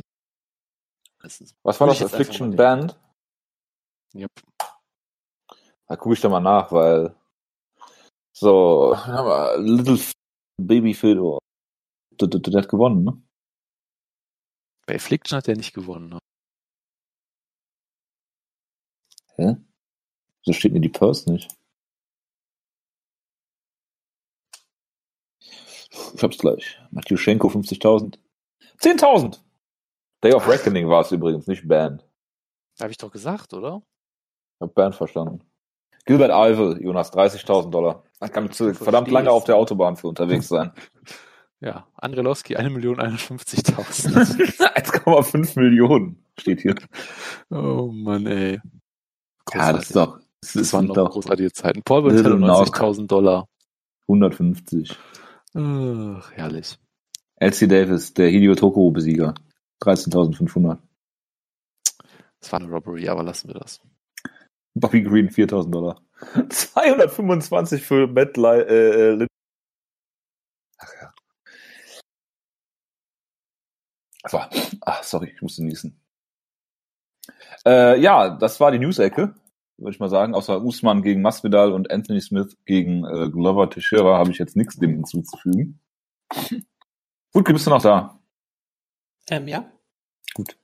Was war Würde das? ich jetzt Affliction einfach mal Band? Yep. Da gucke ich da mal nach, weil so, aber Little Baby Fedor. Der, der, der hat gewonnen, ne? Bei Affliction hat er nicht gewonnen. Ne? Hä? So steht mir die Purse nicht. Ich hab's gleich. Matjuschenko fünfzigtausend. zehntausend! Day of Reckoning war es übrigens, nicht Band. Habe ich doch gesagt, oder? Ich hab Band verstanden. Gilbert Alve, Jonas, dreißigtausend Dollar. Da kann zu, verdammt lange auf der Autobahn für unterwegs sein. Ja, Andrelowski, eine Million einundfünfzigtausend. eins Komma fünf Millionen steht hier. Oh Mann, ey. Ja, das ist doch, das, Das ist waren noch doch großartige Zeiten. Paul Buentello, neunzigtausend Dollar. hundertfünfzig. Ach, herrlich. L C Davis, der Hideo Tokoro-Besieger. dreizehntausendfünfhundert. Das war eine Robbery, aber lassen wir das. Bobby Green, viertausend Dollar. zweihundertfünfundzwanzig für Matt Li- äh, Lin- Ach ja. So. Ach, sorry, ich musste niesen. Äh, ja, das war die News-Ecke, würde ich mal sagen. Außer Usman gegen Masvidal und Anthony Smith gegen äh, Glover Teixeira habe ich jetzt nichts dem hinzuzufügen. Gut, bist du noch da? Ähm, ja. Gut.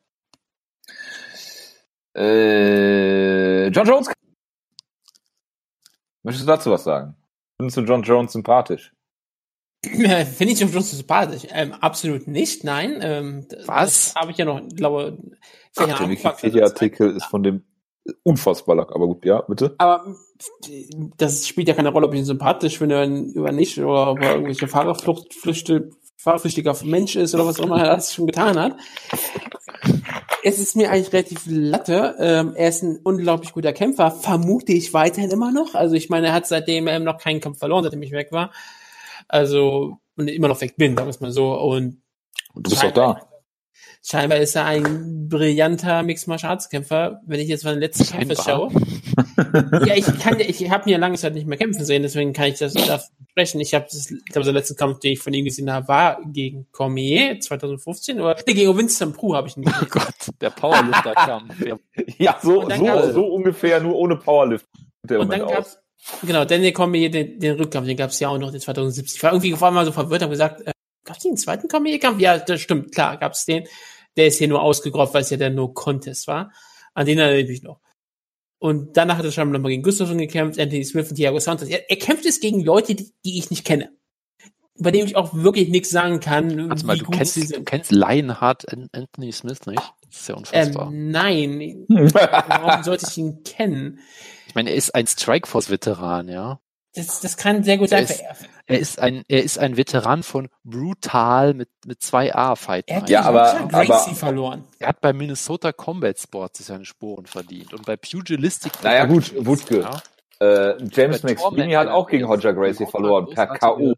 Äh, John Jones. Möchtest du dazu was sagen? Findest du John Jones sympathisch? Finde ich John Jones sympathisch? Ähm, absolut nicht, nein. Ähm, Was? Habe ich ja noch, glaube Ach, der Wikipedia-Artikel ist von dem unfassbar lang, aber gut, ja, bitte. Aber das spielt ja keine Rolle, ob ich ihn sympathisch finde oder nicht, oder ob er irgendwelche Fahrerflucht, Flüchte, fahrerflüchtiger Mensch ist oder was auch immer er das schon getan hat. Es ist mir eigentlich relativ latte. Ähm, er ist ein unglaublich guter Kämpfer, vermute ich weiterhin immer noch. Also ich meine, er hat seitdem ähm, noch keinen Kampf verloren, seitdem ich weg war. Also, und immer noch weg bin, sagen wir es mal so. Und du bist doch da. Scheinbar ist er ein brillanter Mixed Martial Arts Kämpfer, wenn ich jetzt mal den letzten Kampf schaue. Ja, ich kann ja, ich habe ihn ja lange Zeit nicht mehr kämpfen sehen, deswegen kann ich das da sprechen. Ich habe das, ich glaube, der letzte Kampf, den ich von ihm gesehen habe, war gegen Cormier zwanzig fünfzehn oder nee, gegen Winston Prue habe ich ihn gesehen. Oh Gott, der Powerlifter-Kampf. Ja, so, so, gab's- so ungefähr, nur ohne Powerlift. Der Und dann Moment gab's, aus. genau, Daniel Cormier, den, den Rückkampf, den gab's ja auch noch, den zwanzig siebzehn. Ich war irgendwie vor allem mal so verwirrt, habe gesagt, äh, gab's den zweiten Cormier-Kampf? Ja, das stimmt, klar, gab's den. Der ist hier nur ausgegraut, weil es ja der No-Contest war. An den erinnere ich mich noch. Und danach hat er schon nochmal gegen Gustafsson gekämpft, Anthony Smith und Thiago Santos. Er, er kämpft jetzt gegen Leute, die, die ich nicht kenne. bei dem ich auch wirklich nichts sagen kann, Warte mal, wie du gut kennst, sie du sind. kennst Lionheart Anthony Smith nicht? Das ist ja unfassbar. Ähm, nein. Warum sollte ich ihn kennen? Ich meine, er ist ein Strikeforce-Veteran, ja. Das, das kann sehr gut Er sein. ist, er ist ein, er ist ein Veteran von Brutal mit, mit zwei A Fight Er hat Ja, gegen aber- Roger Gracie aber- verloren. Er hat bei Minnesota Combat Sports sich seine Sporen verdient und bei Pugilistic. Naja, gut, Productions, Wutke. ja. Äh, James Bei McSweeney hat auch gegen Roger Gracie verloren, per K O.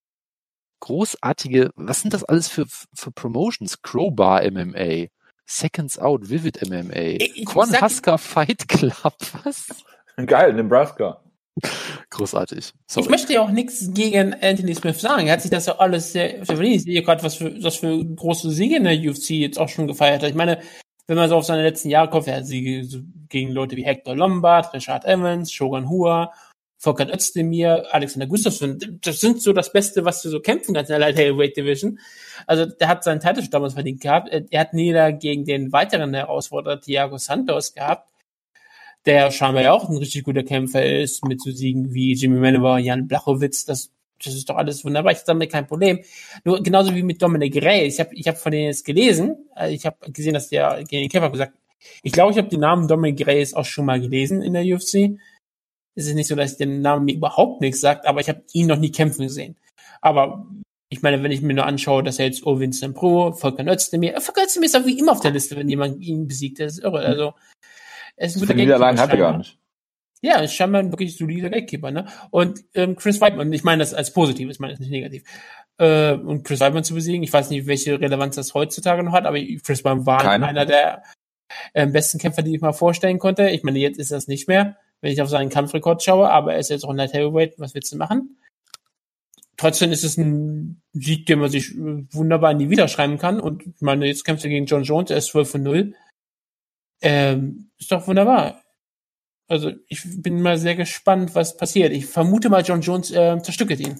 Großartige, was sind das alles für, für Promotions? Crowbar M M A, Seconds Out, Vivid M M A, Ich- ich Quan sag- Husker Fight Club, was? Geil, Nebraska. Großartig. Sorry. Ich möchte ja auch nichts gegen Anthony Smith sagen. Er hat sich das ja alles sehr sehr verdient. Ich sehe gerade, was für, was für große Siege in der U F C jetzt auch schon gefeiert hat. Ich meine, wenn man so auf seine letzten Jahre kommt, er hat Siege so gegen Leute wie Hector Lombard, Richard Evans, Shogun Rua, Volkan Özdemir, Alexander Gustafsson. Das sind so das Beste, was du so kämpfen kannst in der Light Heavyweight Division. Also, der hat seinen Titel damals verdient gehabt. Er hat Nieder gegen den weiteren Herausforderer Thiago Santos gehabt, der scheinbar ja auch ein richtig guter Kämpfer ist, mit so Siegen wie Jimmy Manuwa, Jan Blachowicz. Das, das ist doch alles wunderbar. Ich habe damit kein Problem. Nur genauso wie mit Dominic Reyes. Ich habe ich hab von denen jetzt gelesen. Also ich habe gesehen, dass der gegen den Kämpfer gesagt. Ich glaube, ich habe den Namen Dominic Reyes auch schon mal gelesen in der U F C. Es ist nicht so, dass der Name mir überhaupt nichts sagt, aber ich habe ihn noch nie kämpfen gesehen. Aber ich meine, wenn ich mir nur anschaue, dass er jetzt Ovin Pro, Volkan Özdemir, Volkan Özdemir ist auch wie immer auf der Liste, wenn jemand ihn besiegt. Das ist irre. Also er ist ein Die guter Niederlagen hat er scheinbar. gar nicht. Ja, ist scheinbar ein wirklich solider Gatekeeper, ne? Und ähm, Chris Weidman, ich meine das als positiv, ich meine das nicht negativ. Äh, und Chris Weidman zu besiegen, ich weiß nicht, welche Relevanz das heutzutage noch hat, aber Chris Weidman war Keine. einer der ähm, besten Kämpfer, die ich mal vorstellen konnte. Ich meine, jetzt ist das nicht mehr, wenn ich auf seinen Kampfrekord schaue, aber er ist jetzt auch in Light Heavyweight, was willst du machen? Trotzdem ist es ein Sieg, den man sich äh, wunderbar in die Vita schreiben kann. Und ich meine, jetzt kämpft er gegen John Jones, er ist zwölf von null. Ähm, ist doch wunderbar. Also ich bin mal sehr gespannt, was passiert. Ich vermute mal, John Jones äh, zerstückelt ihn.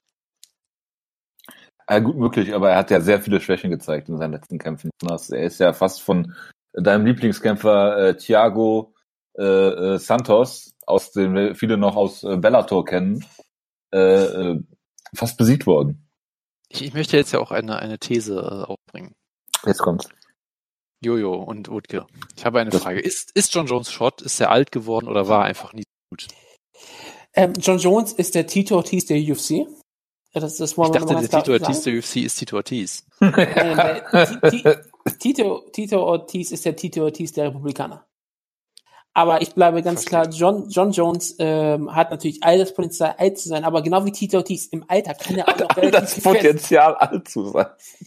Ja, gut möglich, aber er hat ja sehr viele Schwächen gezeigt in seinen letzten Kämpfen. Er ist ja fast von deinem Lieblingskämpfer äh, Thiago äh, äh, Santos, aus dem viele noch aus äh, Bellator kennen, äh, äh, fast besiegt worden. Ich, ich möchte jetzt ja auch eine, eine These äh, aufbringen. Jetzt kommt's. Jojo und Wutke. Ich habe eine Das- Frage. Ist, ist John Jones Shot? Ist er alt geworden oder war er einfach nie gut? Ähm, John Jones ist der Tito Ortiz der U F C. Ja, das, das Ich wollen wir dachte, noch der ganz Tito klar Ortiz sagen. der U F C ist Tito Ortiz. Nein, der Ti- Ti- Tito, Tito Ortiz ist der Tito Ortiz der Republikaner. Aber ich bleibe ganz Verstehe. klar, John, John Jones ähm, hat natürlich all das Potenzial, alt zu sein, aber genau wie Tito Ortiz im Alter kann er auch noch relativ Das gefährlich Potenzial, alt zu sein.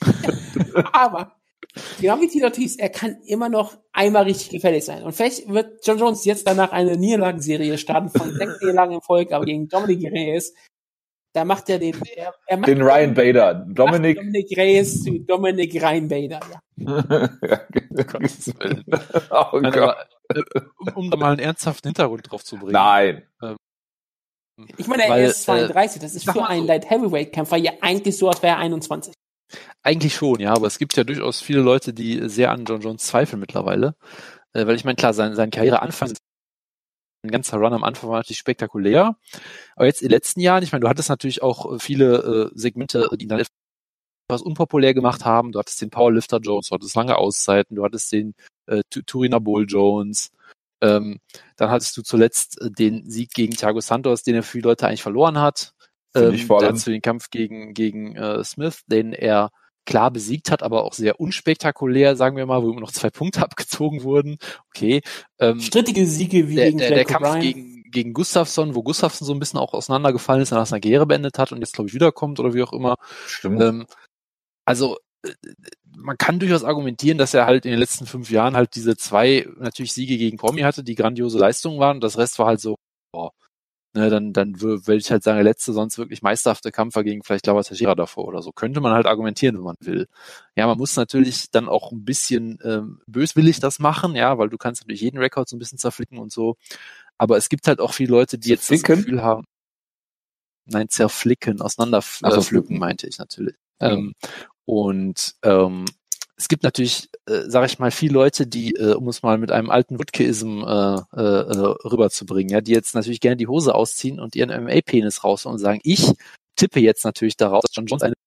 Aber genau wie Tito Ortiz, er kann immer noch einmal richtig gefährlich sein. Und vielleicht wird John Jones jetzt danach eine Niederlagenserie starten von sechs Niederlagen im Folge, aber gegen Dominic Reyes, da macht er den, er, er macht Den Ryan Bader. macht Dominik. Dominic Reyes zu Dominic Ryan Bader, ja. Gottes Willen. Oh Nein, Gott. aber, äh, um, um da mal einen ernsthaften Hintergrund drauf zu bringen. Nein. Ich meine, er Weil, ist zweiunddreißig, das ist sag für mal einen so. Light Heavyweight Kämpfer ja eigentlich so, als wäre er einundzwanzig. Eigentlich schon, ja, aber es gibt ja durchaus viele Leute, die sehr an John Jones zweifeln mittlerweile. Äh, weil ich meine, klar, sein, sein Karriereanfang, ein ganzer Run am Anfang war natürlich spektakulär. Aber jetzt in den letzten Jahren, ich meine, du hattest natürlich auch äh, viele äh, Segmente, die dann etwas unpopulär gemacht haben. Du hattest den Powerlifter Jones, du hattest lange Auszeiten, du hattest den äh, Turiner Bull Jones. Ähm, dann hattest du zuletzt äh, den Sieg gegen Thiago Santos, den er für viele Leute eigentlich verloren hat. Finde ich vor allem. Dazu den Kampf gegen, gegen äh, Smith, den er klar besiegt hat, aber auch sehr unspektakulär, sagen wir mal, wo immer noch zwei Punkte abgezogen wurden. Okay. Ähm, Strittige Siege wie der gegen der, der Jacob Kampf Ryan. gegen, gegen Gustafsson, wo Gustafsson so ein bisschen auch auseinandergefallen ist, danach seine Karriere beendet hat und jetzt, glaube ich, wiederkommt oder wie auch immer. Stimmt. Ähm, also äh, man kann durchaus argumentieren, dass er halt in den letzten fünf Jahren halt diese zwei natürlich Siege gegen Promi hatte, die grandiose Leistungen waren und das Rest war halt so, boah, ne, dann dann würde ich halt sagen, der letzte sonst wirklich meisterhafte Kampf war gegen vielleicht Lava Teixeira davor oder so. Könnte man halt argumentieren, wenn man will. Ja, man muss natürlich dann auch ein bisschen ähm, böswillig das machen, ja, weil du kannst natürlich jeden Rekord so ein bisschen zerflicken und so. Aber es gibt halt auch viele Leute, die jetzt das Zerflicken? Gefühl haben, nein, zerflicken, auseinanderpflücken, Ach so, äh, pflücken, pflücken. meinte ich natürlich. Ja. Ähm, und ähm, es gibt natürlich, äh, sage ich mal, viele Leute, die, äh, um es mal mit einem alten Wutkeism äh, äh, rüberzubringen, ja, die jetzt natürlich gerne die Hose ausziehen und ihren M M A-Penis rausholen und sagen, ich tippe jetzt natürlich darauf, dass John Jones eine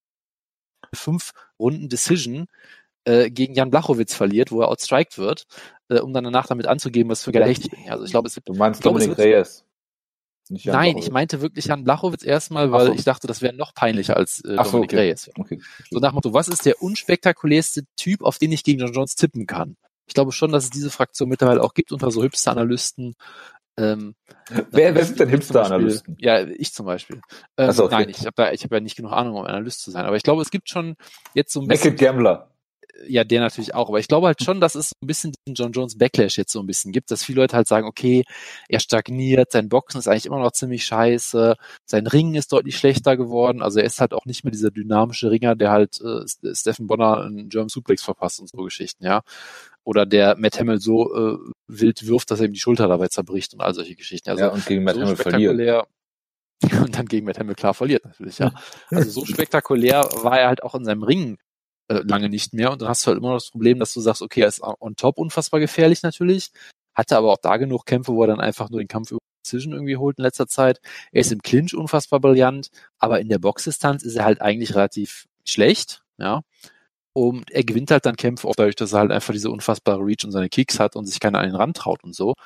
fünf Runden Decision äh, gegen Jan Blachowicz verliert, wo er outstriked wird, äh, um dann danach damit anzugeben, was für geiler Hecht ich bin. Also ich glaube, es wird, Du meinst glaub, Dominic Reyes? Nicht Jan Nein, Blachowicz. Ich meinte wirklich Jan Blachowicz erstmal, weil so. ich dachte, das wäre noch peinlicher als äh, so, Dominic okay. Reyes. Okay. So nach dem Motto, was ist der unspektakulärste Typ, auf den ich gegen John Jones tippen kann? Ich glaube schon, dass es diese Fraktion mittlerweile auch gibt unter so Hipster-Analysten. Ähm, wer, wer sind denn Hipster-Analysten? Ja, ich zum Beispiel. Ähm, so, okay. Nein, ich habe da, ich habe ja nicht genug Ahnung, um Analyst zu sein. Aber ich glaube, es gibt schon jetzt so ein bisschen... Naked Gambler. Ja, der natürlich auch. Aber ich glaube halt schon, dass es ein bisschen diesen John Jones Backlash jetzt so ein bisschen gibt, dass viele Leute halt sagen, okay, er stagniert, sein Boxen ist eigentlich immer noch ziemlich scheiße, sein Ringen ist deutlich schlechter geworden. Also er ist halt auch nicht mehr dieser dynamische Ringer, der halt äh, Stephen Bonner einen German Suplex verpasst und so Geschichten, ja. Oder der Matt Hamill so äh, wild wirft, dass er ihm die Schulter dabei zerbricht und all solche Geschichten. Also ja, und gegen Matt so Hamill verliert. Und dann gegen Matt Hamill klar verliert natürlich, ja. Also so spektakulär war er halt auch in seinem Ringen äh, lange nicht mehr. Und dann hast du halt immer noch das Problem, dass du sagst, okay, er ist on top unfassbar gefährlich natürlich, hatte aber auch da genug Kämpfe, wo er dann einfach nur den Kampf über Decision irgendwie holt in letzter Zeit. Er ist im Clinch unfassbar brillant, aber in der Boxdistanz ist er halt eigentlich relativ schlecht, ja. Und er gewinnt halt dann Kämpfe auch dadurch, dass er halt einfach diese unfassbare Reach und seine Kicks hat und sich keiner an ihn rantraut und so.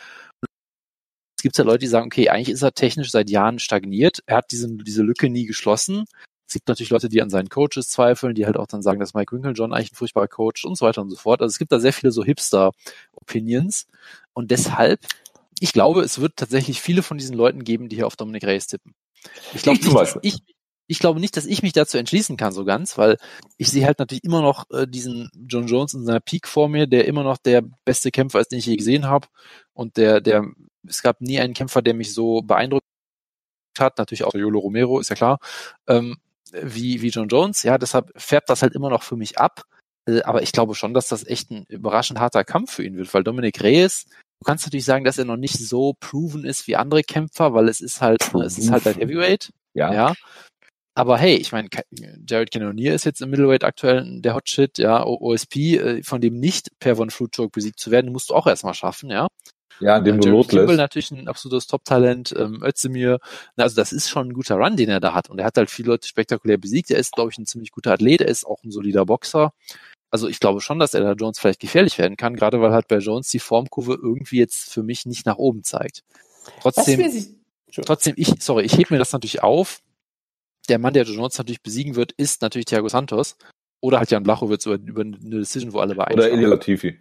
Es gibt ja Leute, die sagen, okay, eigentlich ist er technisch seit Jahren stagniert. Er hat diesen, diese Lücke nie geschlossen. Es gibt natürlich Leute, die an seinen Coaches zweifeln, die halt auch dann sagen, dass Mike Winkeljohn eigentlich ein furchtbarer Coach und so weiter und so fort. Also es gibt da sehr viele so Hipster-Opinions. Und deshalb, ich glaube, es wird tatsächlich viele von diesen Leuten geben, die hier auf Dominic Reyes tippen. Ich glaube nicht, dass ich Ich glaube nicht, dass ich mich dazu entschließen kann so ganz, weil ich sehe halt natürlich immer noch äh, diesen John Jones in seiner Peak vor mir, der immer noch der beste Kämpfer ist, den ich je gesehen habe. Und der, der, es gab nie einen Kämpfer, der mich so beeindruckt hat, natürlich auch Yolo Romero, ist ja klar, ähm, wie, wie John Jones. Ja, deshalb färbt das halt immer noch für mich ab. Äh, aber ich glaube schon, dass das echt ein überraschend harter Kampf für ihn wird, weil Dominic Reyes, du kannst natürlich sagen, dass er noch nicht so proven ist wie andere Kämpfer, weil es ist halt, es ist halt ein Heavyweight. Ja. ja. Aber hey, ich meine, Jared Cannonier ist jetzt im Middleweight aktuell der Hot Shit, ja, O S P, von dem nicht per Von Fruitjoke besiegt zu werden, musst du auch erstmal schaffen, ja. Ja, indem du loslässt. Kimball loslässt. natürlich ein absolutes Top-Talent, ähm, Özdemir, also das ist schon ein guter Run, den er da hat und er hat halt viele Leute spektakulär besiegt, er ist, glaube ich, ein ziemlich guter Athlet, er ist auch ein solider Boxer. Also ich glaube schon, dass er da Jones vielleicht gefährlich werden kann, gerade weil halt bei Jones die Formkurve irgendwie jetzt für mich nicht nach oben zeigt. Trotzdem, trotzdem ich, sorry, ich heb mir das natürlich auf. Der Mann, der Jones natürlich besiegen wird, ist natürlich Thiago Santos. Oder halt Jan Blachowicz über, über eine Decision, wo alle bei Oder Ilir Latifi.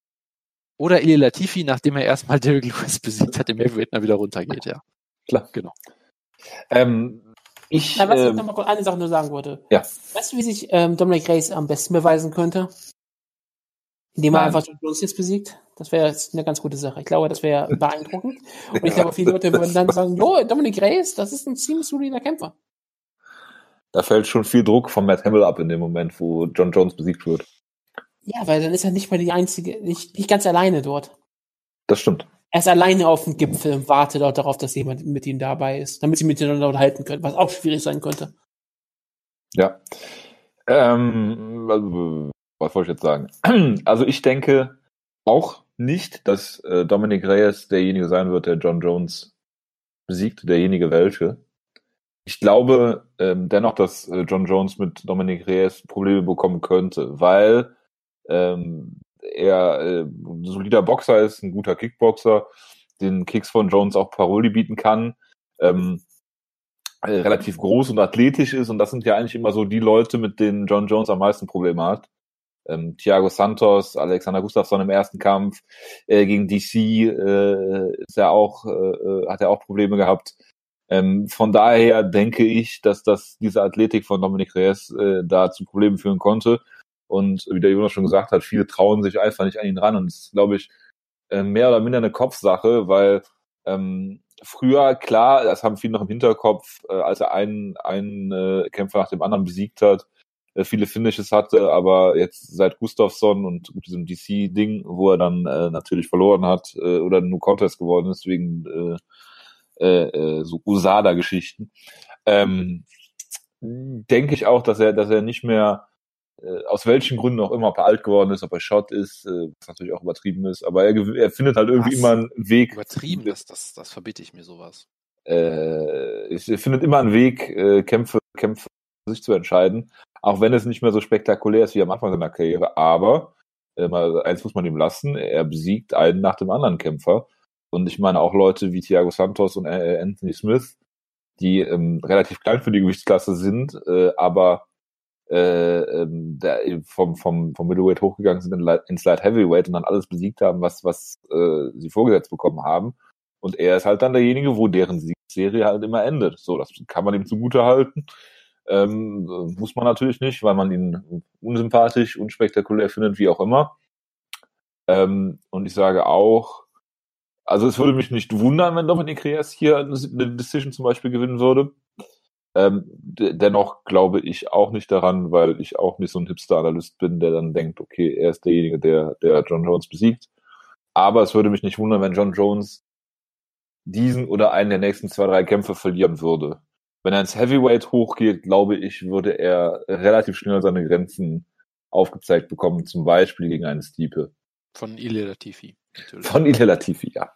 Oder Ilir Latifi, nachdem er erstmal Derrick Lewis besiegt hat, im Heavyweight dann wieder runtergeht, ja. Klar. Genau. Ähm, ich, Na, was ähm, ich noch mal kurz eine Sache nur sagen wollte. Ja. Weißt du, wie sich ähm, Dominic Reyes am besten beweisen könnte? Indem er Nein. einfach John Jones jetzt besiegt? Das wäre jetzt eine ganz gute Sache. Ich glaube, das wäre beeindruckend. Und ich glaube, viele Leute würden dann sagen, jo, Dominic Reyes, das ist ein ziemlich solider Kämpfer. Da fällt schon viel Druck von Matt Hamill ab in dem Moment, wo John Jones besiegt wird. Ja, weil dann ist er nicht mal die einzige, nicht, nicht ganz alleine dort. Das stimmt. Er ist alleine auf dem Gipfel und wartet auch darauf, dass jemand mit ihm dabei ist, damit sie miteinander unterhalten können, was auch schwierig sein könnte. Ja. Ähm, also, was wollte ich jetzt sagen? Also ich denke auch nicht, dass äh, Dominic Reyes derjenige sein wird, der John Jones besiegt, derjenige welche. Ich glaube ähm, dennoch, dass äh, John Jones mit Dominic Reyes Probleme bekommen könnte, weil ähm, er äh, ein solider Boxer ist, ein guter Kickboxer, den Kicks von Jones auch Paroli bieten kann, ähm, äh, relativ groß und athletisch ist und das sind ja eigentlich immer so die Leute, mit denen John Jones am meisten Probleme hat. Ähm, Thiago Santos, Alexander Gustafsson im ersten Kampf äh, gegen D C äh, ist er auch, äh, hat er auch Probleme gehabt. Ähm, von daher denke ich, dass das diese Athletik von Dominic Reyes äh, da zu Problemen führen konnte. Und wie der Jonas schon gesagt hat, viele trauen sich einfach nicht an ihn ran. Und das ist, glaube ich, äh, mehr oder minder eine Kopfsache, weil ähm, früher, klar, das haben viele noch im Hinterkopf, äh, als er einen, einen äh, Kämpfer nach dem anderen besiegt hat, äh, viele Finishes hatte, aber jetzt seit Gustafsson und diesem D C-Ding, wo er dann äh, natürlich verloren hat äh, oder nur Contest geworden ist, wegen äh, Äh, äh, so U S A D-Geschichten, ähm, denke ich auch, dass er, dass er nicht mehr, äh, aus welchen Gründen auch immer, ob er alt geworden ist, ob er Shot ist, äh, was natürlich auch übertrieben ist, aber er, er findet halt irgendwie was? immer einen Weg. Übertrieben, das, das, das verbitte ich mir sowas. Äh, er findet immer einen Weg, äh, Kämpfe, Kämpfe sich zu entscheiden, auch wenn es nicht mehr so spektakulär ist wie am Anfang seiner Karriere, aber äh, mal, eins muss man ihm lassen, er besiegt einen nach dem anderen Kämpfer. Und ich meine auch Leute wie Thiago Santos und äh, Anthony Smith, die ähm, relativ klein für die Gewichtsklasse sind, äh, aber äh, ähm, der, vom, vom, vom Middleweight hochgegangen sind in Light, ins Light Heavyweight und dann alles besiegt haben, was, was äh, sie vorgesetzt bekommen haben. Und er ist halt dann derjenige, wo deren Siegesserie halt immer endet. So, das kann man ihm zugute halten. Ähm, muss man natürlich nicht, weil man ihn unsympathisch, unspektakulär findet, wie auch immer. Ähm, und ich sage auch, also es würde mich nicht wundern, wenn Dominic Reyes hier eine Decision zum Beispiel gewinnen würde. Ähm, d- dennoch glaube ich auch nicht daran, weil ich auch nicht so ein Hipster-Analyst bin, der dann denkt, okay, er ist derjenige, der, der John Jones besiegt. Aber es würde mich nicht wundern, wenn John Jones diesen oder einen der nächsten zwei, drei Kämpfe verlieren würde. Wenn er ins Heavyweight hochgeht, glaube ich, würde er relativ schnell seine Grenzen aufgezeigt bekommen, zum Beispiel gegen einen Stipe. Von Ilir Latifi. Natürlich. Von Ilir Latifi, ja.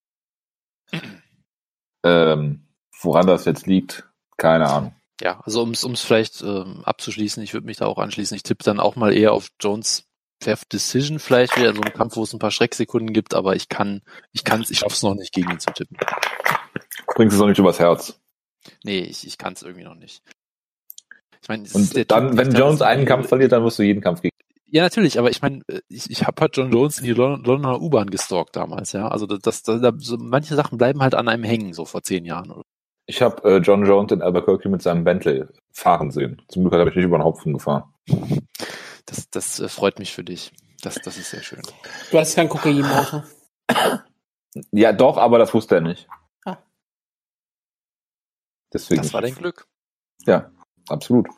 ähm, woran das jetzt liegt, keine Ahnung. Ja, also um es vielleicht ähm, abzuschließen, ich würde mich da auch anschließen. Ich tippe dann auch mal eher auf Jones Fair Decision vielleicht wieder, so ein Kampf, wo es ein paar Schrecksekunden gibt, aber ich kann, ich kann es, ich schaff's noch nicht, gegen ihn zu tippen. Bringst du es auch nicht übers Herz. Nee, ich, ich kann es irgendwie noch nicht. Ich meine, und dann, wenn Jones einen Kampf verliert, dann musst du jeden Kampf gegen. Ja, natürlich, aber ich meine, ich, ich habe halt John Jones in die Londoner U-Bahn gestalkt damals, ja. Also das, das, das so, manche Sachen bleiben halt an einem hängen, so vor zehn Jahren. Oder? Ich habe äh, John Jones in Albuquerque mit seinem Bentley fahren sehen. Zum Glück habe ich nicht über den Haufen gefahren. Das, das äh, freut mich für dich. Das, das ist sehr schön. Du hast kein Kokain im Auto. Ja, doch, aber das wusste er nicht. Ah. Deswegen. Das war dein Glück. Ja, absolut.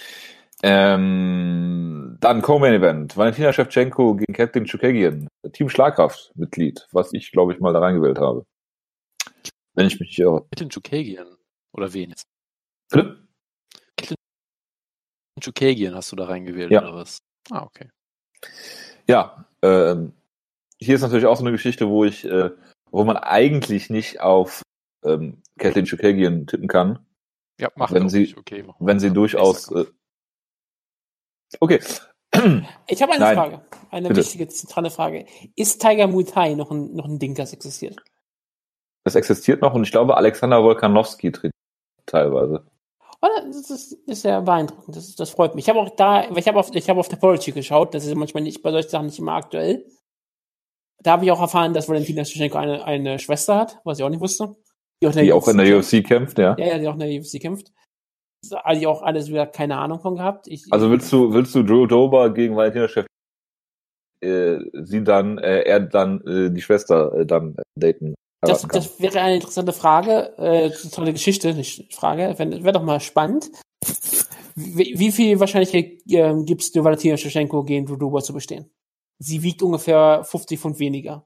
Ähm, dann Co-Main Event. Valentina Shevchenko gegen Katlyn Chookagian. Team Schlagkraft Mitglied, was ich, glaube ich, mal da reingewählt habe. Wenn ich mich nicht irre. Katlyn Chookagian. Oder wen jetzt? Bitte? Katlyn Chookagian hast du da reingewählt, ja. Oder was? Ah, okay. Ja, ähm, hier ist natürlich auch so eine Geschichte, wo ich, äh, wo man eigentlich nicht auf ähm, Katlyn Chookagian tippen kann. Ja, mach wenn sie, okay, wenn sie durchaus. Äh, okay. Ich habe eine Nein. Frage, eine Bitte. wichtige zentrale Frage. Ist Tiger Muay Thai noch ein noch ein Ding, das existiert? Das existiert noch und ich glaube, Alexander Volkanovski tritt teilweise. Oder? Das ist, ist sehr beeindruckend. Das, das freut mich. Ich habe auch da, ich habe auf, ich habe auf der Policy geschaut. Das ist manchmal nicht bei solchen Sachen nicht immer aktuell. Da habe ich auch erfahren, dass Valentina Shevchenko eine eine Schwester hat, was ich auch nicht wusste. Die auch in der, die auch in der U F C kämpft, ja. Ja, ja, die auch in der U F C kämpft. Das hatte ich auch alles wieder keine Ahnung von gehabt. Ich, Also willst du, willst du Drew Dober gegen Valentina Shevchenko, äh, sie dann, äh, er dann, äh, die Schwester äh, dann äh, daten? Das, das wäre eine interessante Frage, äh, tolle Geschichte, nicht Frage. Wäre doch mal spannend. Wie, wie viel Wahrscheinlichkeit äh, gibst du Valentina Shevchenko gegen Drew Dober zu bestehen? Sie wiegt ungefähr fünfzig Pfund weniger.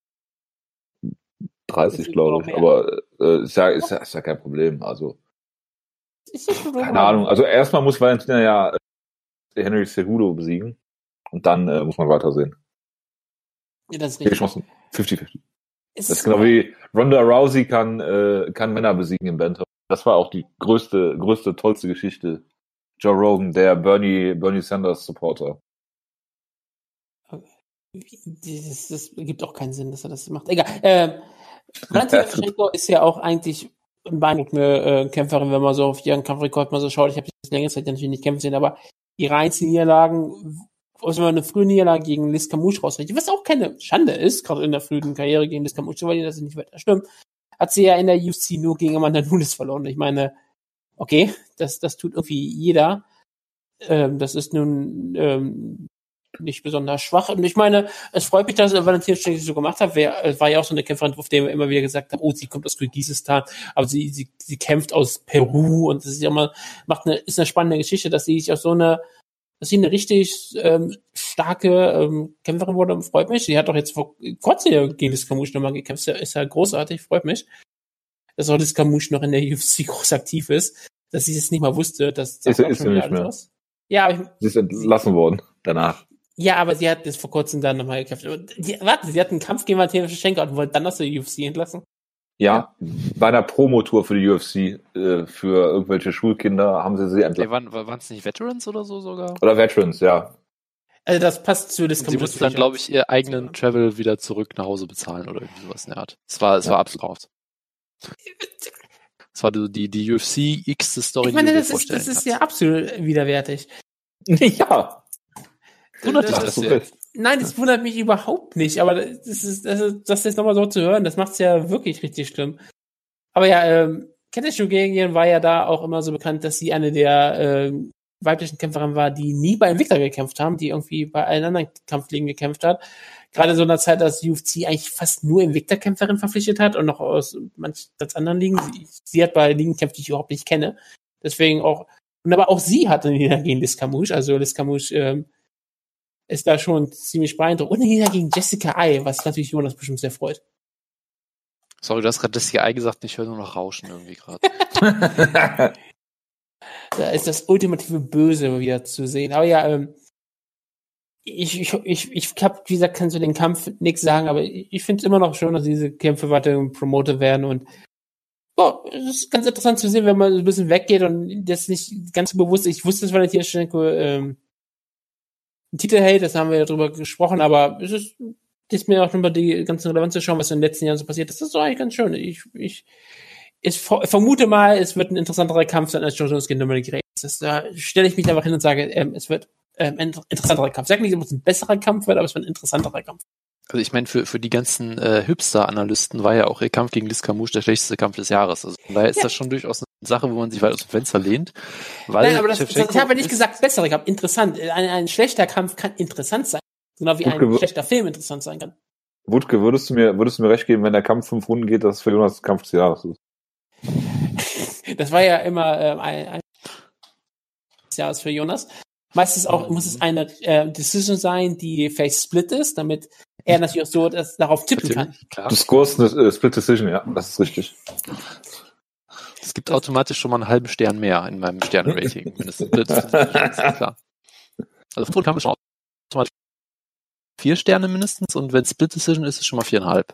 dreißig, glaube ich. Aber äh, ist, ja, ist, ja, ist ja kein Problem. Also Ist das keine Ahnung. Also erstmal muss Valentina ja äh, Henry Cejudo besiegen. Und dann äh, muss man weitersehen. Ja, das ist Die richtig. Chancen fünfzig fünfzig. Ist Das ist genau wie Ronda Rousey kann, äh, kann Männer besiegen im Bantam. Das war auch die größte, größte, tollste Geschichte. Joe Rogan, der Bernie, Bernie Sanders Supporter. Das, das gibt auch keinen Sinn, dass er das macht. Egal. Äh, Valentina Shevchenko ist ja auch eigentlich eine beeindruckende äh, Kämpferin, wenn man so auf ihren Kampfrekord mal so schaut. Ich habe jetzt längere Zeit natürlich nicht kämpfen sehen, aber ihre einzelnen Niederlagen, aus wenn man eine frühe Niederlage gegen Liz Camouche rausrechnet, was auch keine Schande ist, gerade in der frühen Karriere gegen Liz Camouche, weil das nicht weiter stimmt, hat sie ja in der U F C nur gegen Amanda Nunes verloren. Ich meine, okay, das, das tut irgendwie jeder. Ähm, das ist nun ähm, nicht besonders schwach. Und ich meine, es freut mich, dass Valentina Shevchenko so gemacht hat. Wer, war ja auch so eine Kämpferin, auf der wir immer wieder gesagt haben, oh, sie kommt aus Kirgisistan, aber sie, sie, sie kämpft aus Peru und das ist ja immer, macht eine, ist eine spannende Geschichte, dass sie sich auf so eine, dass sie eine richtig ähm, starke ähm, Kämpferin wurde, freut mich. Sie hat doch jetzt vor kurzem gegen Liz Camouche nochmal gekämpft, ist ja großartig, freut mich. Dass auch Liz Camouche noch in der U F C groß aktiv ist, dass sie es nicht mal wusste, dass das ist, ist sie nicht mehr. Aus. Ja, aber ich, sie ist entlassen sie, worden danach. Ja, aber sie hat das vor kurzem dann nochmal gekämpft. Die, warte, sie hat einen Kampf gegen Valentina Shevchenko und wollte dann aus der U F C entlassen. Ja, bei einer Promotour für die U F C, äh, für irgendwelche Schulkinder haben sie sie entlassen. Ey, waren es nicht Veterans oder so sogar? Oder Veterans, ja. Also das passt zu das. Sie mussten dann, glaube ich, ihr eigenen Travel wieder zurück nach Hause bezahlen oder irgendwie sowas in der Art. Es war, es Ja. war absurd. Es war die, die U F C x-te Story, Ich meine, die du dir das ist, vorstellen das ist kannst. ja absolut widerwärtig. Ja. Wundert dich das- das hast du jetzt? recht. Nein, das wundert mich überhaupt nicht, aber das ist, das ist, das jetzt nochmal so zu hören, das macht's ja wirklich richtig schlimm. Aber ja, ähm, Katlyn Chookagian war ja da auch immer so bekannt, dass sie eine der ähm, weiblichen Kämpferinnen war, die nie bei Invicta gekämpft haben, die irgendwie bei allen anderen Kampfligen gekämpft hat. Gerade so in der Zeit, als U F C eigentlich fast nur Invicta-Kämpferinnen verpflichtet hat und noch aus manch ganz anderen Ligen. Sie, sie hat bei Ligen gekämpft, die ich überhaupt nicht kenne. Deswegen auch, und aber auch sie hatte eine Niederlage gegen Liz Carmouche, also Liz Carmouche ähm, ist da schon ziemlich beeindruckend. Und eine Niederlage gegen Jessica Ai, was natürlich Jonas bestimmt sehr freut. Sorry, du hast gerade das Ei gesagt, ich höre nur noch Rauschen irgendwie gerade. Da ist das ultimative Böse wieder zu sehen. Aber ja, ähm, ich, ich, ich, ich hab, wie gesagt, kann zu den Kampf nichts sagen, aber ich, ich finde es immer noch schön, dass diese Kämpfe weiter promotet werden und boah, es ist ganz interessant zu sehen, wenn man so ein bisschen weggeht und das nicht ganz so bewusst, ich wusste, dass Valentina Shevchenko ähm, einen Titel hält, das haben wir ja drüber gesprochen, aber es ist, ist mir auch nochmal die ganze Relevanz zu schauen, was in den letzten Jahren so passiert ist. Das ist doch eigentlich ganz schön. Ich, ich, ich vermute mal, es wird ein interessanterer Kampf sein als Jon Jones gegen Dominic Reyes. Da stelle ich mich einfach hin und sage, ähm, es wird ähm, ein interessanterer Kampf. Ich sage nicht, ob es ein besserer Kampf wird, aber es wird ein interessanterer Kampf. Also ich meine, für, für die ganzen äh, Hipster-Analysten war ja auch ihr Kampf gegen Liz Carmouche der schlechteste Kampf des Jahres. Also von daher ist Ja. das schon durchaus eine Sache, wo man sich weit aus dem Fenster lehnt. Weil Nein, aber das, das, Shevchenko ich habe ja nicht ist- gesagt besserer Kampf, interessant. Ein, ein schlechter Kampf kann interessant sein. Genau wie ein Okay, wo- schlechter Film interessant sein kann. Wutke, würdest du mir, würdest du mir recht geben, wenn der Kampf fünf Runden geht, dass es für Jonas das Kampf des Jahres ist? Das war ja immer ähm, ein, ein des Jahres für Jonas. Meistens auch muss es eine äh, Decision sein, die Face Split ist, damit er natürlich auch so das, darauf tippen kann. Natürlich, klar. Du scorest eine äh, Split Decision, ja, das ist richtig. Es gibt automatisch schon mal einen halben Stern mehr in meinem Sterne-Rating, wenn es Split ist, klar. Also Football Kampf ist schon automatisch vier Sterne mindestens und wenn Split Decision ist, ist es schon mal viereinhalb.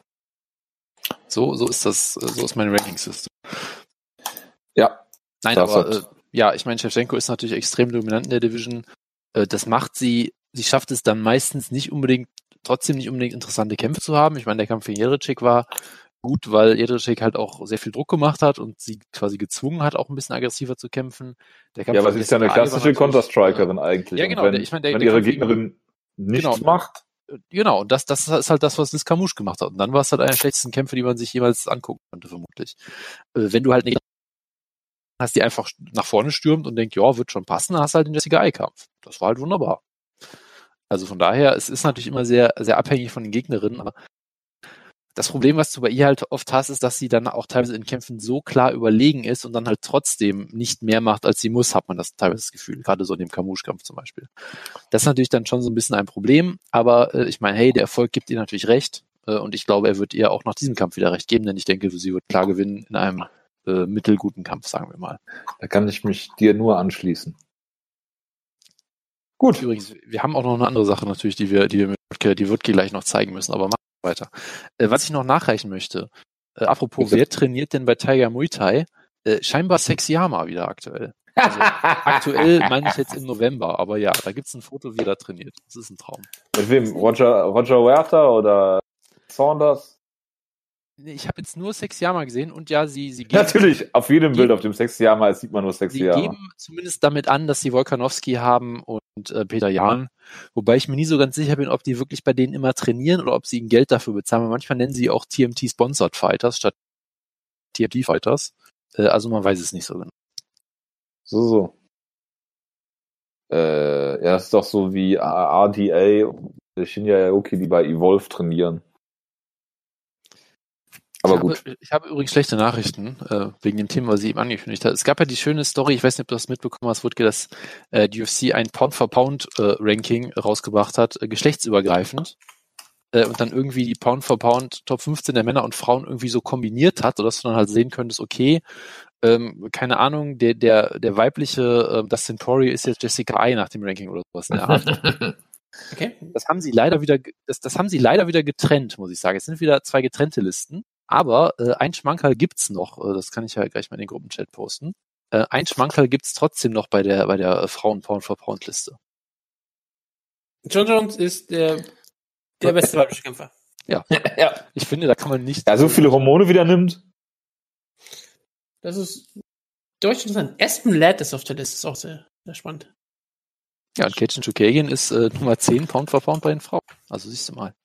So, so ist das, so ist mein Ranking-System. Ja, Nein, Das aber hat- äh, ja, ich meine, Shevchenko ist natürlich extrem dominant in der Division. Äh, das macht sie, sie schafft es dann meistens nicht unbedingt, trotzdem nicht unbedingt interessante Kämpfe zu haben. Ich meine, der Kampf gegen Jedrzejczyk war gut, weil Jedrzejczyk halt auch sehr viel Druck gemacht hat und sie quasi gezwungen hat, auch ein bisschen aggressiver zu kämpfen. Der Kampf ja, aber gegen sie ist ja eine Jessica Ai war klassische natürlich, Counter-Strikerin eigentlich. ja, Und genau, wenn, der- ich meine, der- wenn der ihre Kampf gegen- Gegnerin nichts Genau. macht, äh, genau, und das, das ist halt das, was Liz Carmouche gemacht hat. Und dann war es halt einer der schlechtesten Kämpfe, die man sich jemals angucken konnte, vermutlich. Äh, wenn du halt nicht hast, die einfach nach vorne stürmt und denkt, ja, wird schon passen, dann hast du halt den Jessica Ai-Kampf. Das war halt wunderbar. Also von daher, es ist natürlich immer sehr, sehr abhängig von den Gegnerinnen, aber das Problem, was du bei ihr halt oft hast, ist, dass sie dann auch teilweise in Kämpfen so klar überlegen ist und dann halt trotzdem nicht mehr macht, als sie muss, hat man das teilweise das Gefühl. Gerade so in dem Carmouche-Kampf zum Beispiel. Das ist natürlich dann schon so ein bisschen ein Problem, aber äh, ich meine, hey, der Erfolg gibt ihr natürlich recht äh, und ich glaube, er wird ihr auch nach diesem Kampf wieder recht geben, denn ich denke, sie wird klar gewinnen in einem äh, mittelguten Kampf, sagen wir mal. da kann ich mich dir nur anschließen. Gut. Übrigens, wir haben auch noch eine andere Sache natürlich, die wir, die wir mit Wutke, die Wutke gleich noch zeigen müssen, aber machen wir weiter. Äh, was ich noch nachreichen möchte, äh, apropos, Bitte. wer trainiert denn bei Tiger Muay Thai? Äh, scheinbar Sexyama wieder aktuell. Also, aktuell meine ich jetzt im November, aber ja, da gibt's ein Foto, wie er da trainiert. Das ist ein Traum. Mit wem? Roger, Roger Huerta oder Saunders? Nee, ich habe jetzt nur Sexyama gesehen und ja, sie, sie geben, Natürlich, auf jedem Bild geben- auf dem Sexyama sieht man nur sie Sexyama. geben zumindest damit an, dass sie Volkanovski haben und äh, Peter Yan, wobei ich mir nie so ganz sicher bin, ob die wirklich bei denen immer trainieren oder ob sie ihnen Geld dafür bezahlen. Manchmal nennen sie auch T M T-Sponsored Fighters statt T M T-Fighters. Äh, also man weiß es nicht so genau. So, so. Äh, ja, das ist doch so wie R D A und Shinya Aoki, die bei Evolve trainieren. Aber ich gut. Habe, ich habe übrigens schlechte Nachrichten äh, wegen dem Thema, was ich eben angekündigt habe. Es gab ja die schöne Story, ich weiß nicht, ob du das mitbekommen hast, Wutke, dass äh, die U F C ein Pound-for-Pound-Ranking rausgebracht hat, äh, geschlechtsübergreifend. Äh, und dann irgendwie die Pound-for-Pound Top fünfzehn der Männer und Frauen irgendwie so kombiniert hat, sodass du dann halt sehen könntest, okay, ähm, keine Ahnung, der der der weibliche äh, Dustin Poirier ist jetzt Jessica Ai nach dem Ranking oder sowas in der Art. Okay. Das haben sie leider wieder, ge- das, das haben sie leider wieder getrennt, muss ich sagen. Es sind wieder zwei getrennte Listen. Aber äh, ein Schmankerl gibt's noch, äh, das kann ich ja gleich mal in den Gruppenchat posten. Äh, ein Schmankerl gibt's trotzdem noch bei der bei der Frauen-Pound-for-Pound-Liste. Jon Jones ist der, der beste weibliche Kämpfer. Ja. Ja. Ich finde, da kann man nicht... Ja, so viele Hormone wieder nimmt. Das ist durchaus interessant. Aspen Ladd ist auf der Liste, ist auch sehr, sehr spannend. Ja, und Kajan Chookagian ist äh, Nummer zehn Pound for Pound bei den Frauen. Also siehst du mal.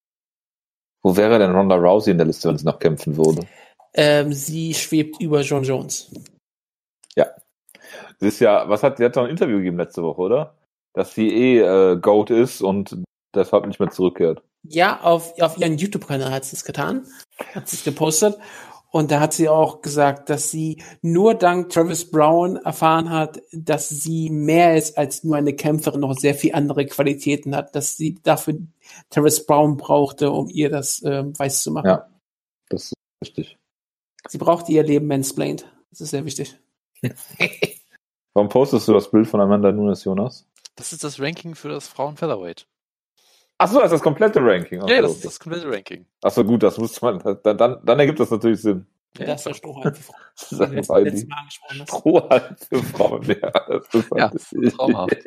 Wo wäre denn Ronda Rousey in der Liste, wenn sie noch kämpfen würde? Ähm, sie schwebt über Jon Jones. Ja. Sie ist ja, was hat, sie hat doch ein Interview gegeben letzte Woche, oder? Dass sie eh äh, GOAT ist und deshalb nicht mehr zurückkehrt. Ja, auf, auf ihren YouTube-Kanal hat sie es getan. Hat sie es gepostet. Und da hat sie auch gesagt, dass sie nur dank Travis Brown erfahren hat, dass sie mehr ist als nur eine Kämpferin, noch sehr viel andere Qualitäten hat, dass sie dafür Travis Brown brauchte, um ihr das äh, weiß zu machen. Ja, das ist richtig. Sie brauchte ihr Leben mansplained. Das ist sehr wichtig. Warum postest du das Bild von Amanda Nunes, Jonas? Das ist das Ranking für das Frauen-Featherweight. Achso, das ist das komplette Ranking. Ja, das ist das komplette Ranking. Achso, gut, das muss man, dann, dann, dann ergibt das natürlich Sinn. Ja, das ist der Strohhalm für Frauen. Das ist ein Letztes Mal angesprochen hast. Strohhalm für Frauen. Ja, das ist ja, traumhaft.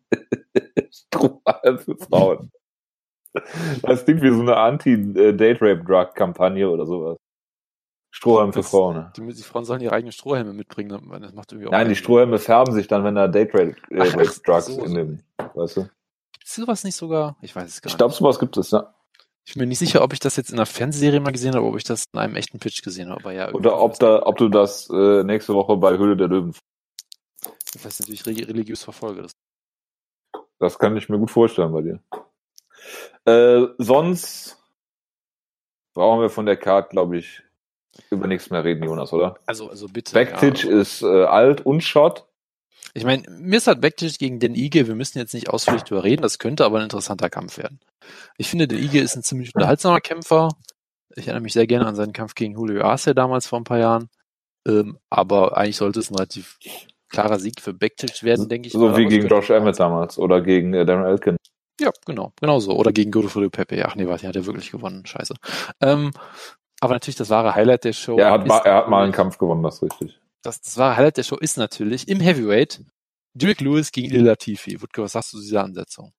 Strohhalm für Frauen. Das klingt wie so eine Anti-Date-Rape-Drug-Kampagne oder sowas. Strohhalm für das, Frauen. Ne? Die, die Frauen sollen ihre eigenen Strohhelme mitbringen. Das macht irgendwie auch Nein, die Strohhelme färben sich dann, wenn da Date-Rape-Drugs so, in dem, weißt du? Gibt's sowas nicht sogar? Ich weiß es gar Ich nicht. glaube, sowas gibt es, ja. Ich bin mir nicht sicher, ob ich das jetzt in einer Fernsehserie mal gesehen habe, oder ob ich das in einem echten Pitch gesehen habe. Aber ja, Oder ob da, ob du das äh, nächste Woche bei Höhle der Löwen. Ich weiß natürlich re- religiös verfolge. Das. Das kann ich mir gut vorstellen bei dir. Äh, sonst brauchen wir von der Card, glaube ich, über nichts mehr reden, Jonas, oder? Also, also bitte. Bektic ja. ist äh, alt und Shot. Ich meine, mir ist halt Bektic gegen Den Ige, wir müssen jetzt nicht ausführlich drüber reden, das könnte aber ein interessanter Kampf werden. Ich finde, Den Ige ist ein ziemlich unterhaltsamer Kämpfer. Ich erinnere mich sehr gerne an seinen Kampf gegen Julio Arce damals vor ein paar Jahren. Ähm, aber eigentlich sollte es ein relativ klarer Sieg für Bektic werden, denke ich. So wie gegen Josh Emmett damals oder gegen äh, Darren Elkin. Ja, genau, genau so. Oder gegen Godofredo Pepe. Ach nee, warte, hat er wirklich gewonnen. Scheiße. Ähm, aber natürlich das wahre Highlight der Show. Ja, er hat, ma- er hat mal einen Kampf gewonnen, das ist richtig. Das, das wahre Highlight der Show ist natürlich im Heavyweight Derek Lewis gegen Il Latifi. Wutke, was sagst du zu dieser Ansetzung?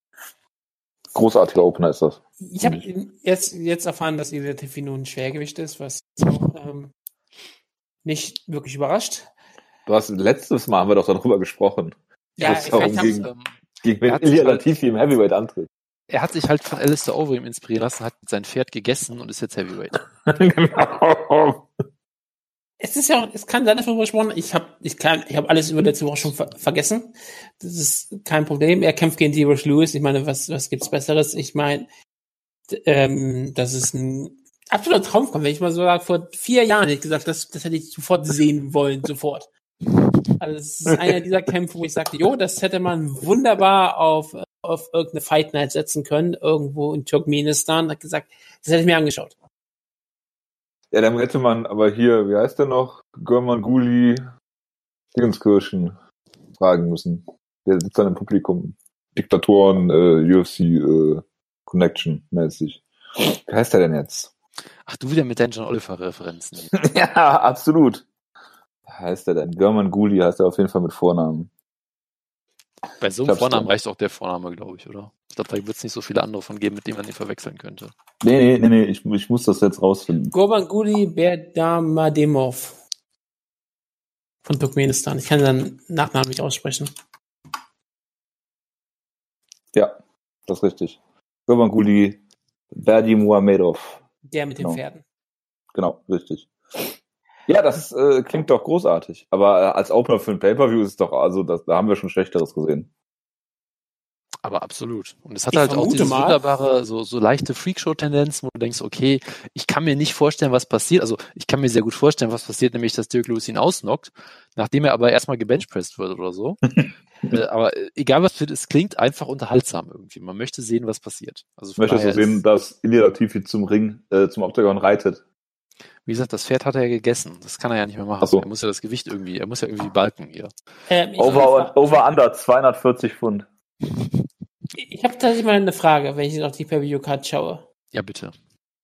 Großartiger Opener ist das. Ich habe jetzt, jetzt erfahren, dass Il Latifi nun ein Schwergewicht ist, was auch ähm, nicht wirklich überrascht. Du hast letztes Mal haben wir doch darüber gesprochen. Ja, Das ist darum vielleicht gegen, Ähm, gegen er wen hat Ilia sich halt- Latifi im Heavyweight antritt. er hat sich halt von Alistair Overeem inspirieren lassen, hat sein Pferd gegessen und ist jetzt Heavyweight. Genau. Es ist ja, es kann sein, dass wir darüber gesprochen haben. Ich habe ich kann, ich habe alles über letzte Woche schon ver- vergessen. Das ist kein Problem. Er kämpft gegen Derek Lewis. Ich meine, was, was gibt's Besseres? Ich meine, d- ähm, das ist ein absoluter Traumkampf. Wenn ich mal so sage, vor vier Jahren hätte ich gesagt, das, das hätte ich sofort sehen wollen, sofort. Also, es ist einer dieser Kämpfe, wo ich sagte, jo, das hätte man wunderbar auf, auf irgendeine Fight Night setzen können, irgendwo in Turkmenistan. Hat gesagt, das hätte ich mir angeschaut. Ja, dann hätte man aber hier, wie heißt der noch? Görman Guli Dingenskirchen fragen müssen. Der sitzt dann im Publikum. Diktatoren, äh, U F C äh, Connection mäßig. Wie heißt der denn jetzt? Ach, du wieder mit deinen John Oliver-Referenzen. Ja, absolut. Wie heißt der denn? Görman Guli heißt er auf jeden Fall mit Vornamen. Bei so Ich einem hab's Vornamen drin. reicht auch der Vorname, glaube ich, oder? Ich glaube, da wird es nicht so viele andere von geben, mit denen man den verwechseln könnte. Nee, nee, nee, nee, ich, ich muss das jetzt rausfinden. Gurbanguly Berdamademov von Turkmenistan. Ich kann seinen Nachnamen nicht aussprechen. Ja, das ist richtig. Görman Guli Berdimuhamedov. Der mit den Genau. Pferden. Genau, richtig. Ja, das äh, klingt doch großartig. Aber äh, als Opener für ein Pay-Per-View ist es doch, also das, da haben wir schon Schlechteres gesehen. Aber absolut. Und es hat Ich halt auch vermute diese mal- wunderbare, so, so leichte Freakshow-Tendenz, wo du denkst, okay, ich kann mir nicht vorstellen, was passiert. Also ich kann mir sehr gut vorstellen, was passiert, nämlich, dass Derek Lewis ihn ausnockt, nachdem er aber erstmal gebenchpresst wird oder so. äh, aber äh, egal was wird, es klingt einfach unterhaltsam irgendwie. Man möchte sehen, was passiert. Also von Möchtest du daher sehen, ist- dass Ilia Latifi zum Ring, äh, zum Octagon reitet? Wie gesagt, das Pferd hat er ja gegessen. Das kann er ja nicht mehr machen. Ach so. Er muss ja das Gewicht irgendwie, er muss ja irgendwie balken hier. Ähm, ich Over, over under, zweihundertvierzig Pfund. ich habe tatsächlich mal eine Frage, wenn ich auf die Pay-Per-View-Card schaue. Ja, bitte.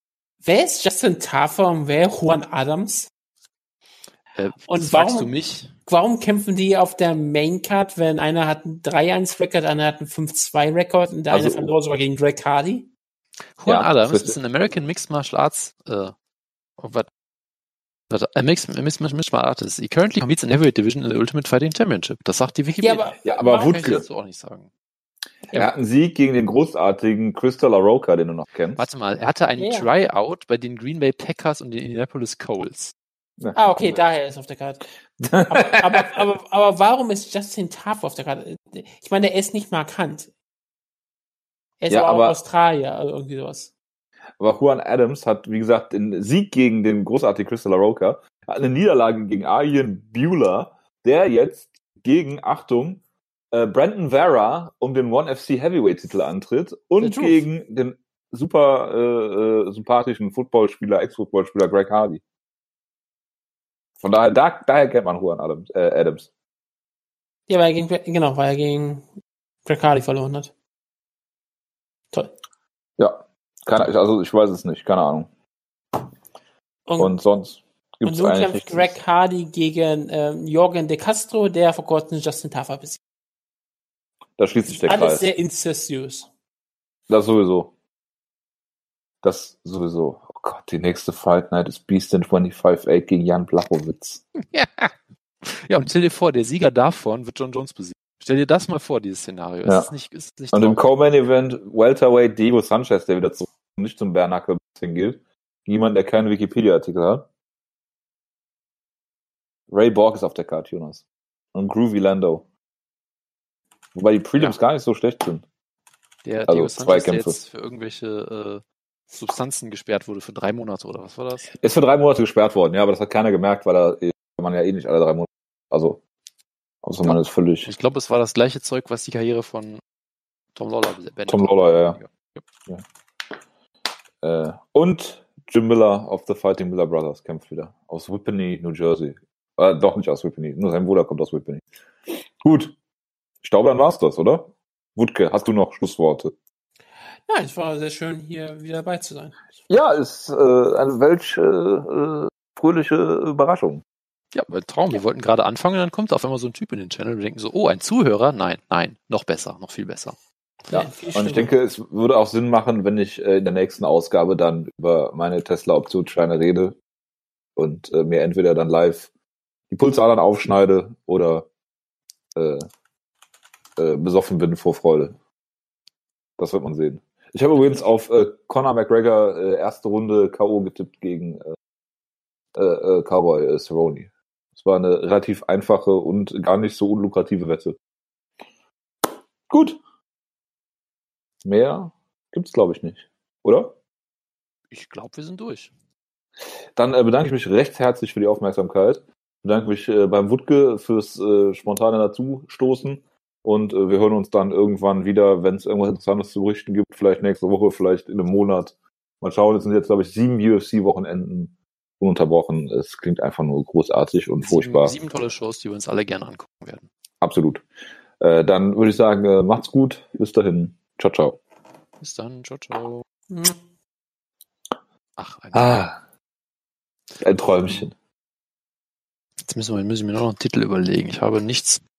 wer ist Justin Tafa und wer Juan Adams? Äh, Und fragst warum- du mich? Warum kämpfen die auf der Maincard, wenn einer hat einen drei eins Rekord, einer hat einen fünf zwei Rekord und der Also- eine verlor sogar gegen Greg Hardy? Juan Ja, Adams richtig. ist ein American Mixed Martial Arts äh, oh, wat, wat, a Mixed, Mixed, Mixed Martial Artist. He currently competes in Heavyweight Division in the Ultimate Fighting Championship. Das sagt die Wikipedia. Ja, aber, Ja, aber warum- Kann ich Wutke. dazu auch nicht sagen. Er hat einen Sieg gegen den großartigen Crystal LaRocca, den du noch kennst. Warte mal, er hatte einen Ja. Tryout bei den Green Bay Packers und den Indianapolis Colts. Ah, okay, daher ist auf der Karte. Aber, aber, aber, aber warum ist Justin Tafa auf der Karte? Ich meine, er ist nicht markant. Er ist Ja, aber auch aber- Australier, also irgendwie sowas. Aber Juan Adams hat, wie gesagt, den Sieg gegen den großartigen Crystal LaRocca, hat eine Niederlage gegen Arjen Bueller, der jetzt gegen, Achtung, äh, Brandon Vera um den One F C Heavyweight-Titel antritt The und truth. gegen den super äh, äh, sympathischen Footballspieler, Ex-Footballspieler Greg Hardy. Von daher, da, daher kennt man Juan Adams. Äh, Adams. Ja, weil er gegen, genau, weil er gegen Greg Hardy verloren hat. Toll. Ja, keine, also ich weiß es nicht, keine Ahnung. Und, Und sonst und gibt es nun eigentlich kämpft nichts. Greg Hardy gegen ähm, Jorgen De Castro, der vor kurzem Justin Tafa besiegt. Da schließt sich der Alles Kreis. sehr incestuös. Das sowieso. Das sowieso. Oh Gott, die nächste Fight Night ist Beast in fünfundzwanzig acht gegen Jan Blachowicz. Ja, und stell dir vor, der Sieger davon wird John Jones besiegen. Stell dir das mal vor, dieses Szenario. Ja. Ist nicht, ist nicht Und im traurig. Co-Main Event Welterweight Diego Sanchez, der wieder zurück nicht zum Bernacke gilt. Jemand, der keinen Wikipedia-Artikel hat. Ray Borg ist auf der Karte, Jonas. Und Groovy Lando. Wobei die Prelims Ja. gar nicht so schlecht sind. Der also Diego zwei Sanchez, der Kämpfe. jetzt für irgendwelche äh, Substanzen gesperrt wurde für drei Monate, oder was war das? Ist für drei Monate gesperrt worden, ja, aber das hat keiner gemerkt, weil er, man ja eh nicht alle drei Monate, also, außer man ist völlig, Ich glaube, es war das gleiche Zeug, was die Karriere von Tom Lawler beendet Tom hat. Lawler, ja, ja. Äh, und Jim Miller of the Fighting Miller Brothers kämpft wieder. Aus Whippany, New Jersey. Äh, doch nicht aus Whippany, nur sein Bruder kommt aus Whippany. Gut. Ich glaube, dann war's das, oder? Wutke, hast du noch Schlussworte? Ja, es war sehr schön, hier wieder dabei zu sein. Ja, ist äh, eine welch äh, äh, fröhliche Überraschung. Ja, aber Traum, wir wollten gerade anfangen und dann kommt auf einmal so ein Typ in den Channel. Wir denken so, oh, ein Zuhörer? Nein, nein, noch besser, noch viel besser. Ja, Nein, viel und schlimmer. ich denke, es würde auch Sinn machen, wenn ich äh, in der nächsten Ausgabe dann über meine Tesla-Optionsscheine rede und äh, mir entweder dann live die Pulsadern aufschneide oder äh, äh, besoffen bin vor Freude. Das wird man sehen. Ich habe übrigens auf äh, Conor McGregor äh, erste Runde K O getippt gegen äh, äh, Cowboy äh, Cerrone. Das war eine relativ einfache und gar nicht so unlukrative Wette. Gut. Mehr gibt's, glaube ich, nicht. Oder? Ich glaube, wir sind durch. Dann äh, bedanke ich mich recht herzlich für die Aufmerksamkeit. Bedanke mich äh, beim Wutke fürs äh, spontane Dazustoßen. Und äh, wir hören uns dann irgendwann wieder, wenn es irgendwas Interessantes zu berichten gibt. Vielleicht nächste Woche, vielleicht in einem Monat. Mal schauen, es sind jetzt, glaube ich, sieben U F C-Wochenenden ununterbrochen. Es klingt einfach nur großartig und furchtbar. Sieben, sieben tolle Shows, die wir uns alle gerne angucken werden. Absolut. Äh, dann würde ich sagen, äh, macht's gut. Bis dahin. Ciao, ciao. Bis dann, ciao, ciao. Hm. Ach, ein Ah, ein Träumchen. Jetzt müssen wir, müssen wir noch einen Titel überlegen. Ich habe nichts